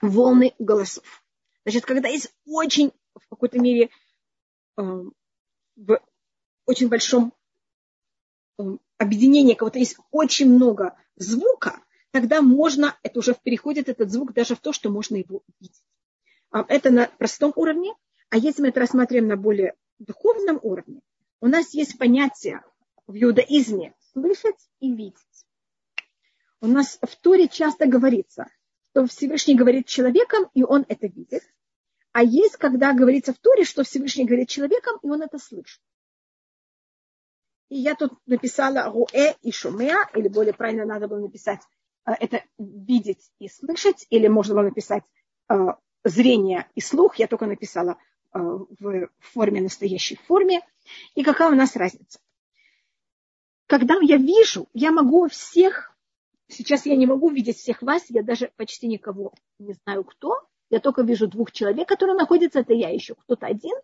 волны голосов. Значит, когда есть очень, в какой-то мере, э, в очень большом э, объединении, кого-то есть очень много звука, тогда можно, это уже переходит этот звук даже в то, что можно его видеть. Это на простом уровне, а если мы это рассматриваем на более духовном уровне, у нас есть понятие в иудаизме слышать и видеть. У нас в Торе часто говорится, что Всевышний говорит человеком, и он это видит. А есть, когда говорится в Торе, что Всевышний говорит человеком, и он это слышит. И я тут написала руэ и шумеа, или более правильно надо было написать это видеть и слышать, или можно было написать зрение и слух. Я только написала в форме, настоящей форме. И какая у нас разница? Когда я вижу, я могу всех, сейчас я не могу видеть всех вас, я даже почти никого не знаю кто, я только вижу двух человек, которые находятся, это я еще, кто-то один.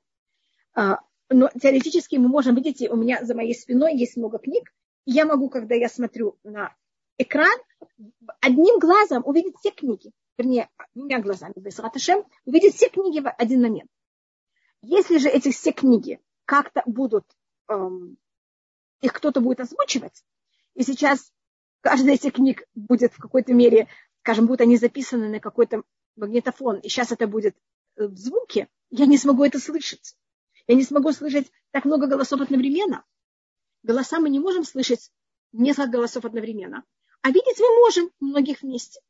Но теоретически мы можем, видите, у меня за моей спиной есть много книг, и я могу, когда я смотрю на экран, одним глазом увидеть все книги, вернее, двумя глазами, Бейсрат Ашем, увидеть все книги в один момент. Если же эти все книги как-то будут, эм, их кто-то будет озвучивать, и сейчас каждая из этих книг будет в какой-то мере, скажем, будут они записаны на какой-то магнитофон, и сейчас это будет в звуке, я не смогу это слышать. Я не смогу слышать так много голосов одновременно. Голоса мы не можем слышать несколько голосов одновременно, а видеть мы можем многих вместе.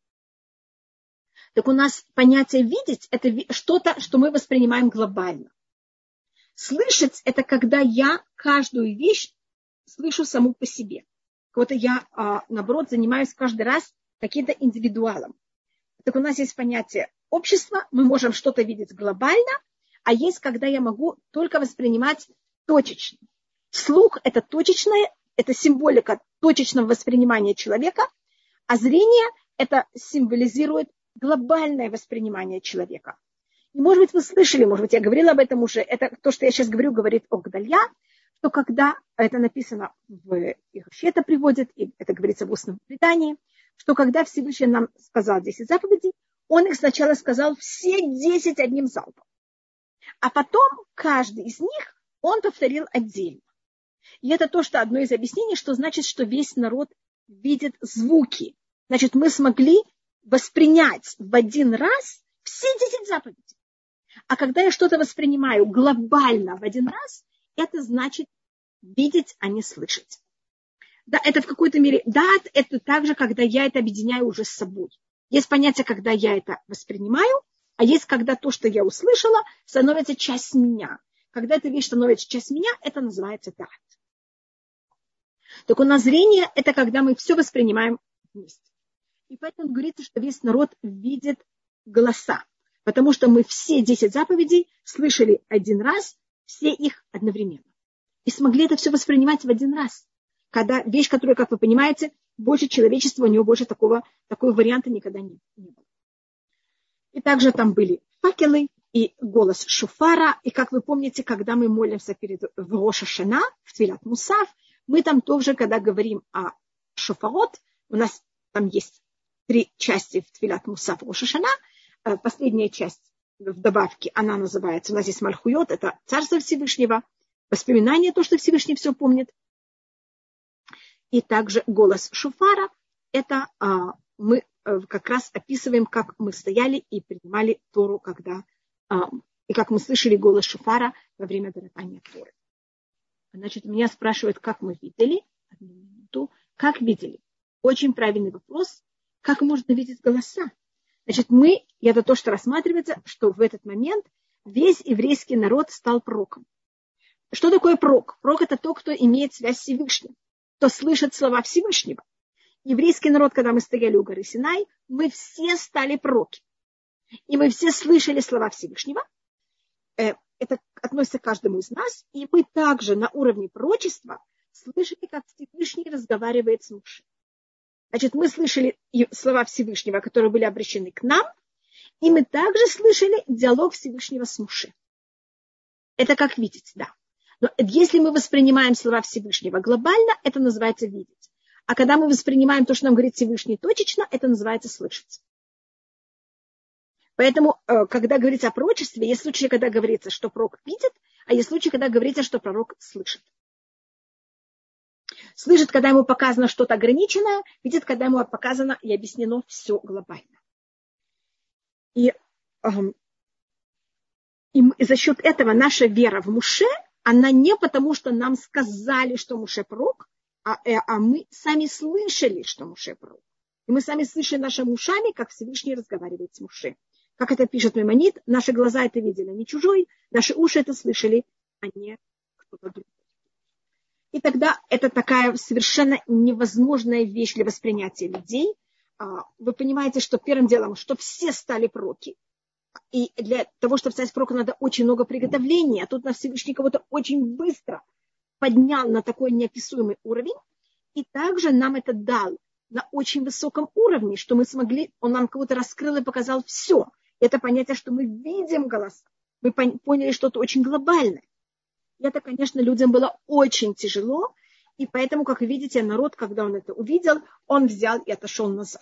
Так у нас понятие видеть – это что-то, что мы воспринимаем глобально. Слышать – это когда я каждую вещь слышу саму по себе. Вот я, наоборот, занимаюсь каждый раз каким-то индивидуалом. Так у нас есть понятие общества, мы можем что-то видеть глобально, а есть, когда я могу только воспринимать точечно. Слух – это точечное, это символика точечного воспринимания человека, а зрение – это символизирует глобальное воспринимание человека. И, может быть, вы слышали, может быть, я говорила об этом уже, это то, что я сейчас говорю, говорит о Гдалья, что когда это написано в Ихаше, это приводит, и это говорится в устном предании, что когда Всевышний нам сказал десять заповедей, он их сначала сказал все десять одним залпом. А потом каждый из них он повторил отдельно. И это то, что одно из объяснений, что значит, что весь народ видит звуки. Значит, мы смогли воспринять в один раз все десять заповедей. А когда я что-то воспринимаю глобально в один раз, это значит видеть, а не слышать. Да, это в какой-то мере, да, это также, когда я это объединяю уже с собой. Есть понятие, когда я это воспринимаю, а есть, когда то, что я услышала, становится часть меня. Когда эта вещь становится часть меня, это называется дат. Так у нас зрение – это когда мы все воспринимаем вместе. И поэтому говорится, что весь народ видит голоса. Потому что мы все десять заповедей слышали один раз, все их одновременно. И смогли это все воспринимать в один раз. Когда вещь, которая, как вы понимаете, больше человечества, у него больше такого, такого варианта никогда не, не было. И также там были факелы и голос шофара. И как вы помните, когда мы молимся перед в Рош ха-Шана, в Твилат Мусав, мы там тоже, когда говорим о шофарот, у нас там есть три части в Твилат Мусав Рош ха-Шана. Последняя часть в добавке, она называется, у нас есть Мальхуйот, это Царство Всевышнего, воспоминание, то, что Всевышний все помнит. И также голос шофара, это а, мы а, как раз описываем, как мы стояли и принимали Тору, когда, а, и как мы слышали голос шофара во время дарования Торы. Значит, меня спрашивают, как мы видели. Одну минуту. Как видели? Очень правильный вопрос. Как можно видеть голоса? Значит, мы, и это то, что рассматривается, что в этот момент весь еврейский народ стал пророком. Что такое пророк? Пророк – это тот, кто имеет связь с Всевышним, кто слышит слова Всевышнего. Еврейский народ, когда мы стояли у горы Синай, мы все стали пророки. И мы все слышали слова Всевышнего. Это относится к каждому из нас. И мы также на уровне пророчества слышали, как Всевышний разговаривает с Моше. Значит, мы слышали слова Всевышнего, которые были обращены к нам, и мы также слышали диалог Всевышнего с Моше. Это как видеть, да. Но если мы воспринимаем слова Всевышнего глобально, это называется видеть. А когда мы воспринимаем то, что нам говорит Всевышний точечно, это называется слышать. Поэтому, когда говорится о пророчестве, есть случаи, когда говорится, что пророк видит, а есть случаи, когда говорится, что пророк слышит. Слышит, когда ему показано что-то ограниченное, видит, когда ему показано и объяснено все глобально. И, эм, и, и за счет этого наша вера в Моше, она не потому, что нам сказали, что Моше пророк, а, а мы сами слышали, что Моше пророк. И мы сами слышали нашими ушами, как Всевышний разговаривает с Моше. Как это пишет Маймонид, наши глаза это видели, не чужой, наши уши это слышали, а не кто-то другой. И тогда это такая совершенно невозможная вещь для восприятия людей. Вы понимаете, что первым делом, что все стали пророки. И для того, чтобы стать пророком, надо очень много приготовлений. А тут нас Всевышний кого-то очень быстро поднял на такой неописуемый уровень. И также нам это дал на очень высоком уровне, что мы смогли, он нам кого-то раскрыл и показал все. Это понятие, что мы видим голоса. Мы поняли что-то очень глобальное. И это, конечно, людям было очень тяжело. И поэтому, как вы видите, народ, когда он это увидел, он взял и отошел назад.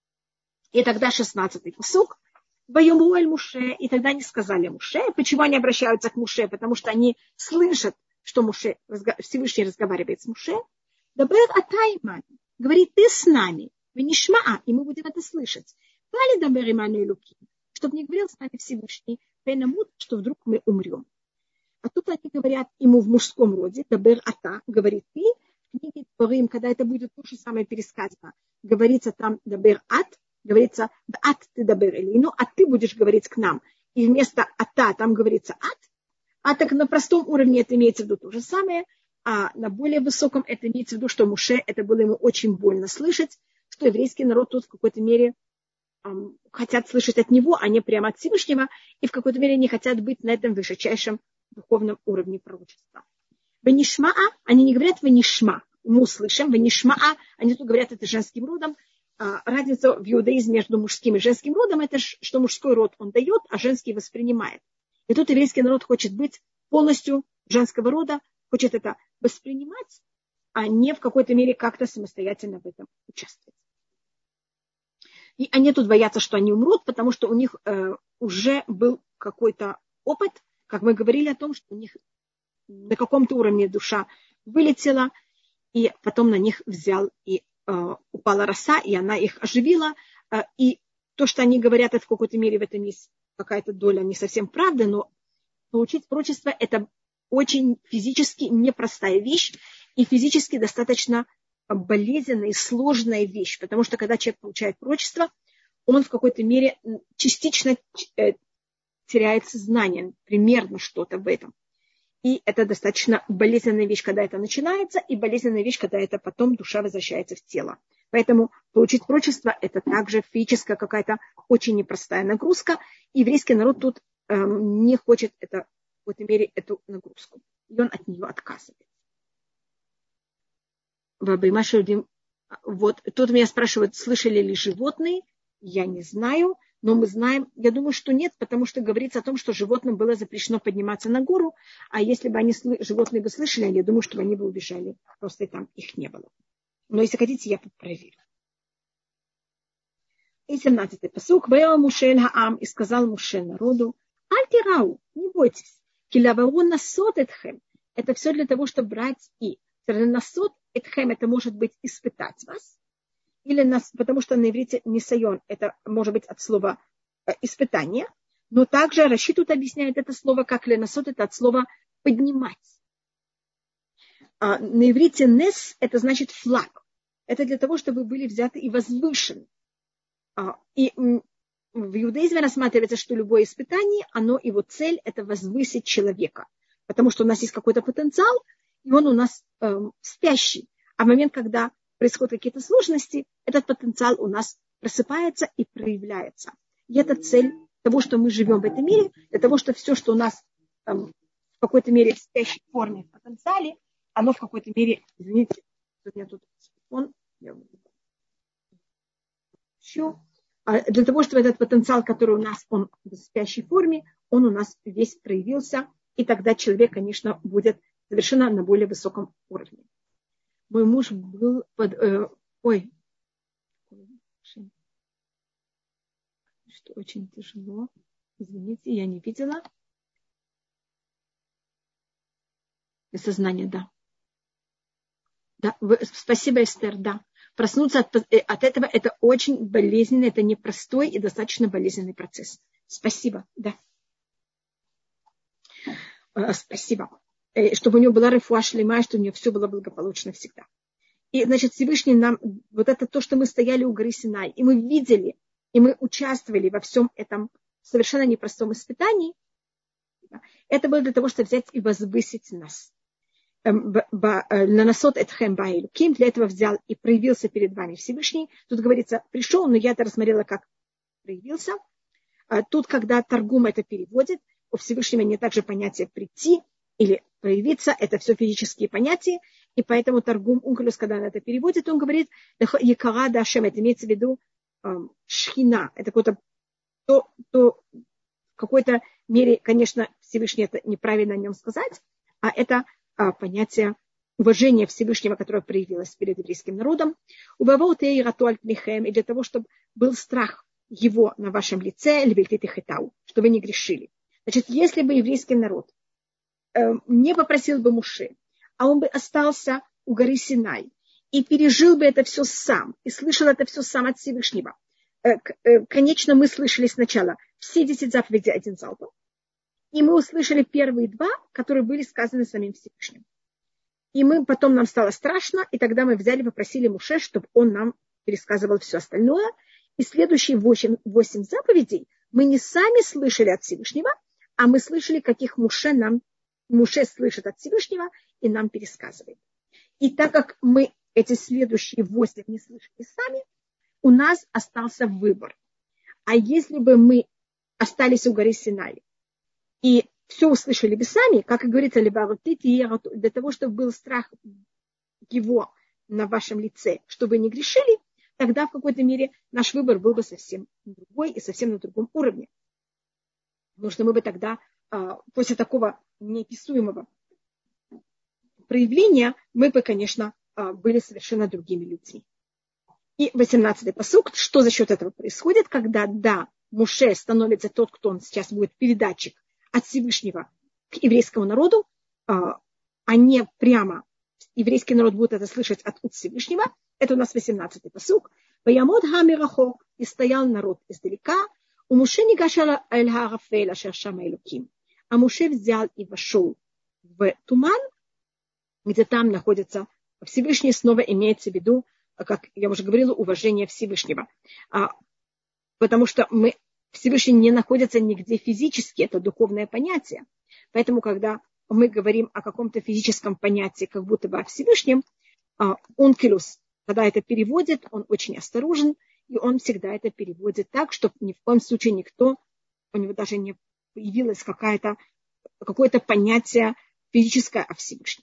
И тогда шестнадцатый пасук. Вайомруэль Муше. И тогда они сказали Муше. Почему они обращаются к Муше? Потому что они слышат, что Муше, Всевышний разговаривает с Муше. Дабэр атайман. Говорит, ты с нами. Венишмаа. И мы будем это слышать. Пали дабэр иману илуки. Чтобы не говорил с нами Всевышний. Пенамут, что вдруг мы умрем. А тут они говорят ему в мужском роде. Дабэр ата. Говорит ты. В книге Торим, когда это будет то же самое пересказано, говорится там дабэр ат. Говорится, ат ты дабэр элейну, а ты будешь говорить к нам. И вместо ата там говорится ат. А так на простом уровне это имеется в виду то же самое. А на более высоком это имеется в виду, что Муше это было ему очень больно слышать, что еврейский народ тут в какой-то мере эм, хотят слышать от него, а не прямо от Всевышнего, и в какой-то мере не хотят быть на этом высочайшем духовном уровне пророчества. Венишмаа, они не говорят венишма, мы услышим, венишмаа, они тут говорят это женским родом. А, разница в иудаизме между мужским и женским родом, это что мужской род он дает, а женский воспринимает. И тут еврейский народ хочет быть полностью женского рода, хочет это воспринимать, а не в какой-то мере как-то самостоятельно в этом участвовать. И они тут боятся, что они умрут, потому что у них э, уже был какой-то опыт, как мы говорили о том, что у них на каком-то уровне душа вылетела, и потом на них взял и э, упала роса, и она их оживила. Э, и то, что они говорят, это в какой-то мере в этом есть какая-то доля не совсем правды, но получить пророчество – это очень физически непростая вещь и физически достаточно болезненная и сложная вещь, потому что когда человек получает пророчество, он в какой-то мере частично теряет сознание, примерно что-то в этом. И это достаточно болезненная вещь, когда это начинается, и болезненная вещь, когда это потом душа возвращается в тело. Поэтому получить пророчество – это также физическая какая-то очень непростая нагрузка. И еврейский народ тут эм, не хочет это, в какой-то мере эту нагрузку. И он от нее отказывает. Вот тут меня спрашивают, слышали ли животные. Я не знаю, но мы знаем, я думаю, что нет, потому что говорится о том, что животным было запрещено подниматься на гору, а если бы они, животные бы слышали, я думаю, что они бы убежали, просто там их не было. Но если хотите, я проверю. И семнадцатый пасук. Ваял Муше эль хаам, и сказал Муше народу, аль-тирау, не бойтесь, килавару насот этхем. Это все для того, чтобы брать и. Насот этхем, это может быть испытать вас. Или нас, потому что на иврите нисайон, это может быть от слова э, испытание. Но также Раши тут объясняет это слово, как ленасот, это от слова поднимать. А на иврите нес, это значит флаг. Это для того, чтобы вы были взяты и возвышены. А, и м, в иудаизме рассматривается, что любое испытание, оно, его цель, это возвысить человека. Потому что у нас есть какой-то потенциал, и он у нас э, спящий. А в момент, когда происходят какие-то сложности, этот потенциал у нас просыпается и проявляется. И это цель того, что мы живем в этом мире, для того, что все, что у нас э, в какой-то мере в спящей форме, в потенциале, оно в какой-то мере, извините, у меня тут телефон, еще, а для того, чтобы этот потенциал, который у нас, он в спящей форме, он у нас весь проявился, и тогда человек, конечно, будет совершенно на более высоком уровне. Мой муж был под... Э, ой. что очень тяжело. Извините, я не видела. Сознание, да. Да, вы, спасибо, Эстер, да. Проснуться от, от этого – это очень болезненный, это непростой и достаточно болезненный процесс. Спасибо, да. Э, спасибо. Э, чтобы у него была рефуа шлема, что у него все было благополучно всегда. И, значит, Всевышний нам, вот это то, что мы стояли у горы Синай, и мы видели, и мы участвовали во всем этом совершенно непростом испытании, это было для того, чтобы взять и возвысить нас. Нанасот этхэм баэлю. Кем для этого взял и проявился перед вами Всевышний. Тут говорится, пришел, но я это рассмотрела, как проявился. Тут, когда Таргум это переводит, у Всевышнего нет также понятия прийти или проявиться, это все физические понятия, и поэтому Таргум Ункулюс, когда он это переводит, он говорит, Якара Дашем, это имеется в виду эм, шхина, это какое-то, то, то, в какой-то мере, конечно, Всевышний это неправильно о нем сказать, а это а, понятие уважения Всевышнего, которое проявилось перед еврейским народом, и для того, чтобы был страх его на вашем лице, что вы не грешили. Значит, если бы еврейский народ не попросил бы Моше, а он бы остался у горы Синай и пережил бы это все сам, и слышал это все сам от Всевышнего. Конечно, мы слышали сначала все десять заповедей один залпом, и мы услышали первые два, которые были сказаны самим Всевышним. И мы, потом нам стало страшно, и тогда мы взяли, попросили Моше, чтобы он нам пересказывал все остальное. И следующие восемь, восемь заповедей мы не сами слышали от Всевышнего, а мы слышали, каких Моше нам Моше слышит от Всевышнего и нам пересказывает. И так как мы эти следующие восемь не слышали сами, у нас остался выбор. А если бы мы остались у горы Синай и все услышали бы сами, как и говорится, для того, чтобы был страх его на вашем лице, чтобы вы не грешили, тогда в какой-то мере наш выбор был бы совсем другой и совсем на другом уровне. Потому что мы бы тогда, после такого неописуемого проявления, мы бы, конечно, были совершенно другими людьми. И восемнадцатый пасук, что за счет этого происходит, когда, да, Моше становится тот, кто он сейчас будет передатчик от Всевышнего к еврейскому народу, а не прямо еврейский народ будет это слышать от Всевышнего. Это у нас восемнадцатый пасук. «Ваямод хамирахо» и стоял народ издалека, у Моше не гашала эль-харафель ашер шама элоким. А Моше взял и вошел в туман, где там находится Всевышний, снова имеется в виду, как я уже говорила, уважение Всевышнего. А, потому что мы, Всевышний не находится нигде физически, это духовное понятие. Поэтому, когда мы говорим о каком-то физическом понятии, как будто бы о Всевышнем, онкелус, когда это переводит, он очень осторожен, и он всегда это переводит так, чтобы ни в коем случае никто, у него даже не появилось какое-то, какое-то понятие физическое о Всевышнем.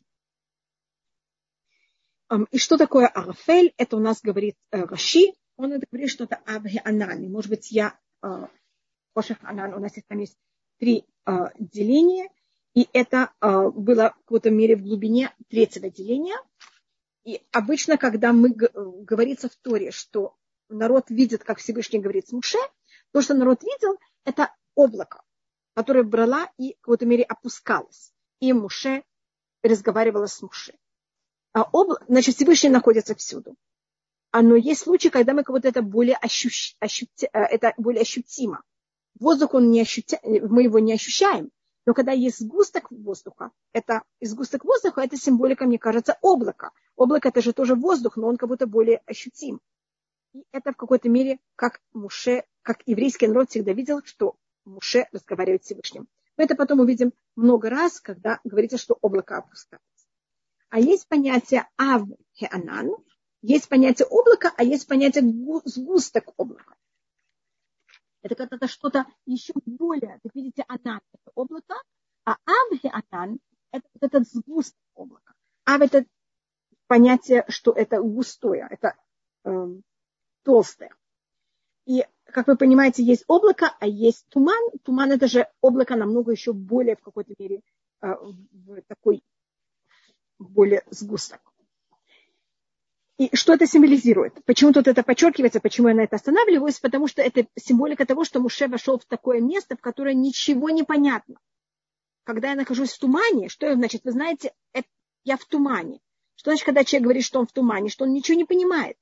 И что такое арафель? Это у нас говорит Раши. Он это говорит, что это авгеанан. Может быть, я Хошех Анан, у нас там есть три деления. И это было в какой-то мере в глубине третьего деления. И обычно, когда мы говорится в Торе, что народ видит, как Всевышний говорит с Моше, то, что народ видел, это облако, которое брала и в какой-то мере опускалось. И Моше разговаривала с Моше. А обла... Значит, Всевышний находится всюду. Но есть случаи, когда мы как-то это более, ощущ... Ощут... это более ощутимо. Воздух он не ощутя... мы его не ощущаем. Но когда есть сгусток воздуха, это сгусток воздуха, это символика, мне кажется, облака. Облако это же тоже воздух, но он как будто более ощутим. И это в какой-то мере, как Моше, как еврейский народ всегда видел, что Моше разговаривает с Всевышним. Мы это потом увидим много раз, когда говорится, что облако опускается. А есть понятие ав-хеанан, есть понятие облака, а есть понятие сгусток облака. Это как-то что-то еще более, как видите, анан – это облако, а ав-хеанан – это вот этот сгусток облака. Ав – это понятие, что это густое, это э, толстое. И, как вы понимаете, есть облако, а есть туман. Туман – это же облако намного еще более, в какой-то мере, э, в такой более сгусток. И что это символизирует? Почему тут это подчеркивается, почему я на это останавливаюсь? Потому что это символика того, что Моше вошел в такое место, в которое ничего не понятно. Когда я нахожусь в тумане, что это значит? Вы знаете, это, я в тумане. Что значит, когда человек говорит, что он в тумане, что он ничего не понимает?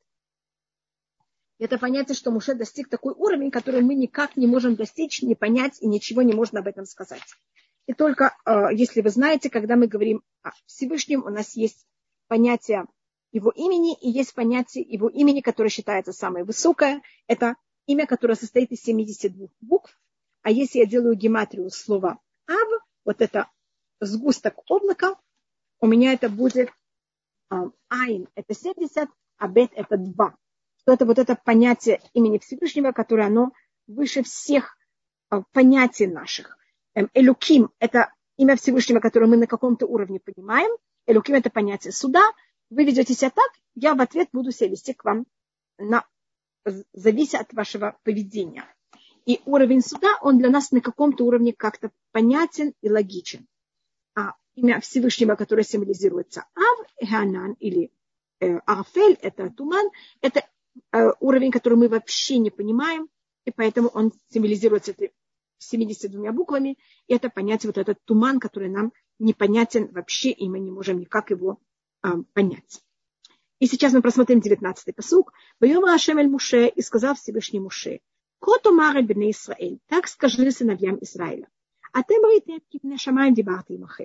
Это понятие, что Моше достиг такой уровень, который мы никак не можем достичь, не понять и ничего не можно об этом сказать. И только, если вы знаете, когда мы говорим о Всевышнем, у нас есть понятие его имени, и есть понятие его имени, которое считается самое высокое. Это имя, которое состоит из семидесяти двух букв. А если я делаю гематрию слова «ав», вот это сгусток облака, у меня это будет «айн» – это семьдесят, а «бет» – это два. Что это вот это понятие имени Всевышнего, которое оно выше всех понятий наших. Элуким – это имя Всевышнего, которое мы на каком-то уровне понимаем. Элуким – это понятие суда. Вы ведете себя так, я в ответ буду себя вести к вам, на, завися от вашего поведения. И уровень суда, он для нас на каком-то уровне как-то понятен и логичен. А имя Всевышнего, которое символизируется Ав, Ханан или э, Арфель, это туман, это э, уровень, который мы вообще не понимаем, и поэтому он символизируется семидесятью двумя буквами, и это понятие, вот этот туман, который нам непонятен вообще, и мы не можем никак его понять. И сейчас мы просмотрим девятнадцатый пасук. «Вайомар Ашем эль Муше, и сказал Всевышний Муше, ко томар эль бней Исраэль, так скажи сыновьям Израиля, а тем ритем ки пней шамаим дибарти имахем».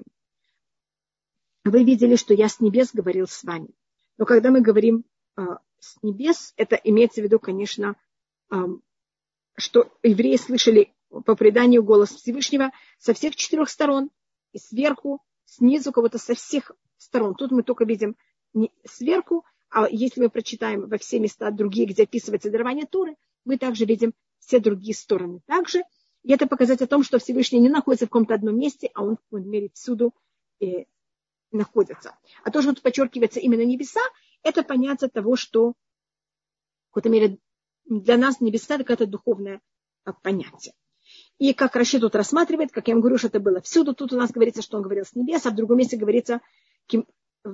Вы видели, что я с небес говорил с вами. Но когда мы говорим э, с небес, это имеется в виду, конечно, э, что евреи слышали по преданию голос Всевышнего со всех четырех сторон, и сверху, снизу, кого-то со всех сторон. Тут мы только видим не сверху, а если мы прочитаем во все места другие, где описывается дарование Торы, мы также видим все другие стороны. Также, и это показать о том, что Всевышний не находится в каком-то одном месте, а он в каком-то мере всюду и находится. А то, что тут подчеркивается именно небеса, это понятие того, что в какой-то мере для нас небеса это какое-то духовное понятие. И как Раши тут рассматривает, как я вам говорю, что это было всюду, тут у нас говорится, что он говорил с небес, а в другом месте говорится, а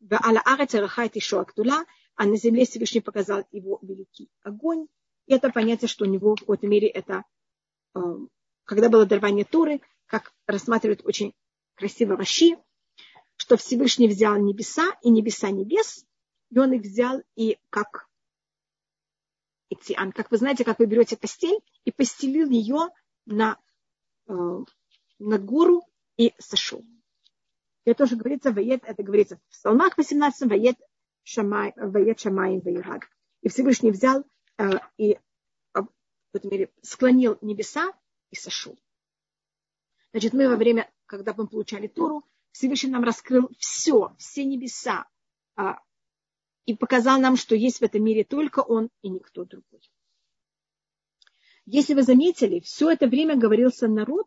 на земле Всевышний показал его великий огонь. И это понятие, что у него в какой-то мере это, когда было дарование Торы, как рассматривает очень красиво Раши, что Всевышний взял небеса и небеса небес, и он их взял и как Итиан. Как вы знаете, как вы берете постель и постелил ее на, на гору и сошел. Это тоже говорится, ваед, это говорится в Псалмах восемнадцатом, ваед шамай, ваед шамай, ваирад. И Всевышний взял э, и в этом мере склонил небеса и сошел. Значит, мы во время, когда мы получали Тору, Всевышний нам раскрыл все, все небеса, э, и показал нам, что есть в этом мире только Он и никто другой. Если вы заметили, все это время говорился народ.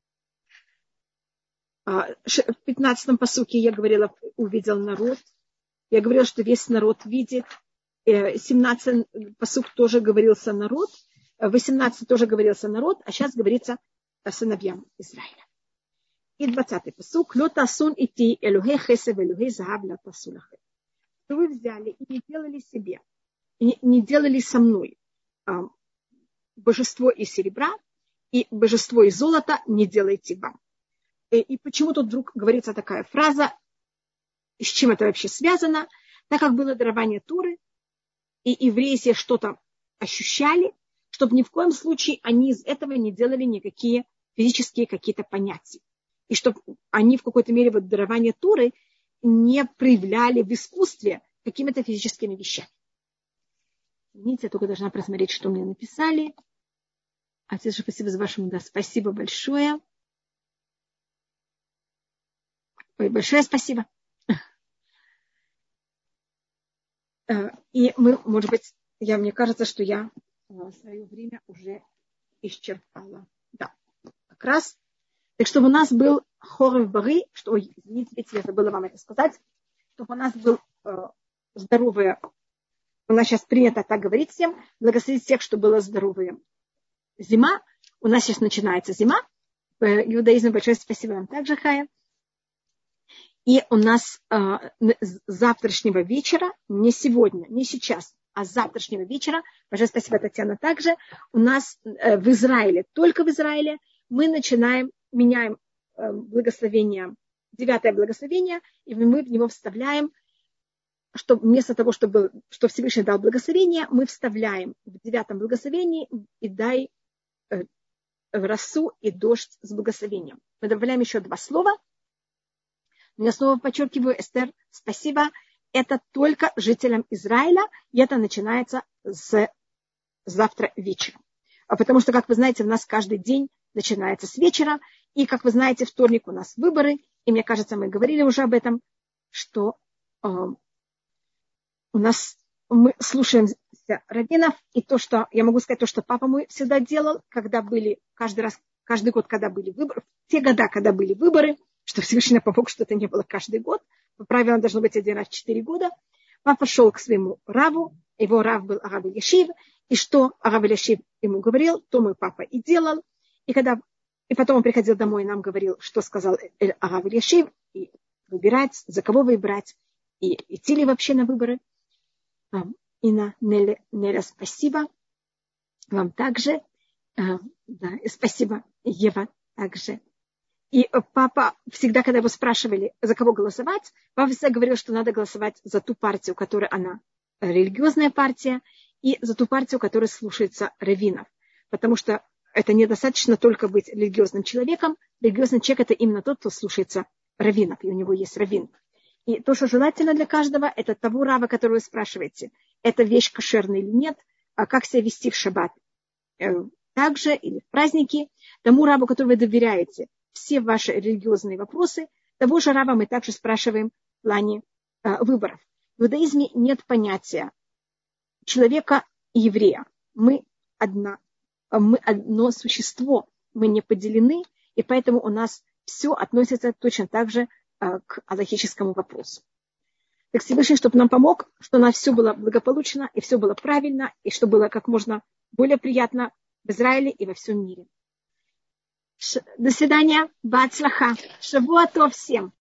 В пятнадцатом пасуке я говорила, увидел народ. Я говорила, что весь народ видит. семнадцатый пасук тоже говорился народ. восемнадцатый тоже говорился народ. А сейчас говорится о сыновьям Израиля. И двадцатый пасук. Ло тасун ити элухей хесев элухей захаб ла тасулахе. Что вы взяли и не делали себе, и не делали со мной божество из серебра и божество из золота не делайте вам. И, и почему тут вдруг говорится такая фраза, с чем это вообще связано? Так как было дарование Торы, и евреи себе что-то ощущали, чтобы ни в коем случае они из этого не делали никакие физические какие-то понятия. И чтобы они в какой-то мере вот дарование Торы не проявляли в искусстве какими-то физическими вещами. Извините, я только должна просмотреть, что мне написали. Отец, спасибо за вашему, да, спасибо большое. Ой, большое спасибо. И мы, может быть, я, мне кажется, что я свое время уже исчерпала. Да, как раз. Так чтобы у нас был хорев бары, что, ой, извините, я забыла вам это сказать, чтобы у нас был э, здоровое, у нас сейчас принято так говорить всем, благословить всех, чтобы была здоровая зима. У нас сейчас начинается зима. В иудаизме большое спасибо вам также, Хая. И у нас э, с завтрашнего вечера, не сегодня, не сейчас, а с завтрашнего вечера, пожалуйста, спасибо, Татьяна, также у нас э, в Израиле, только в Израиле, мы начинаем, меняем э, благословение, девятое благословение, и мы в него вставляем, что вместо того, чтобы, что Всевышний дал благословение, мы вставляем в девятом благословении и дай э, росу и дождь с благословением. Мы добавляем еще два слова. Я снова подчеркиваю, Эстер, спасибо. Это только жителям Израиля, и это начинается с завтра вечером. А потому что, как вы знаете, у нас каждый день начинается с вечера, и, как вы знаете, вторник у нас выборы, и мне кажется, мы говорили уже об этом, что э, у нас мы слушаемся раввинов, и то, что я могу сказать, то, что папа мой всегда делал, когда были, каждый раз, каждый год, когда были выборы, те года, когда были выборы, что Всевышний помог, что это не было каждый год. По правилам должно быть один раз в четыре года. Папа шел к своему раву, его рав был Арав Элияшив, и что Арав Элияшив ему говорил, то мой папа и делал. И, когда, и потом он приходил домой и нам говорил, что сказал Арав Элияшив, и выбирать, за кого выбирать, и идти ли вообще на выборы. Инна, Неля, Неля, спасибо. Вам также. Да, и спасибо, Ева, также. И папа всегда, когда его спрашивали, за кого голосовать, папа всегда говорил, что надо голосовать за ту партию, которая она религиозная партия, и за ту партию, которая слушается раввинов. Потому что это недостаточно только быть религиозным человеком. Религиозный человек – это именно тот, кто слушается раввинов, и у него есть раввин. И то, что желательно для каждого, это того рава, которого вы спрашиваете, это вещь кошерная или нет, а как себя вести в шаббат также, или в праздники, тому раву, которому вы доверяете все ваши религиозные вопросы, того же рава мы также спрашиваем в плане э, выборов. В иудаизме нет понятия человека и еврея. Мы, одна, мы одно существо, мы не поделены, и поэтому у нас все относится точно так же э, к алахическому вопросу. Так Всевышний, чтобы нам помог, что у нас все было благополучно, и все было правильно, и что было как можно более приятно в Израиле и во всем мире. До свидания. Бацлаха. Шавуа тов всем.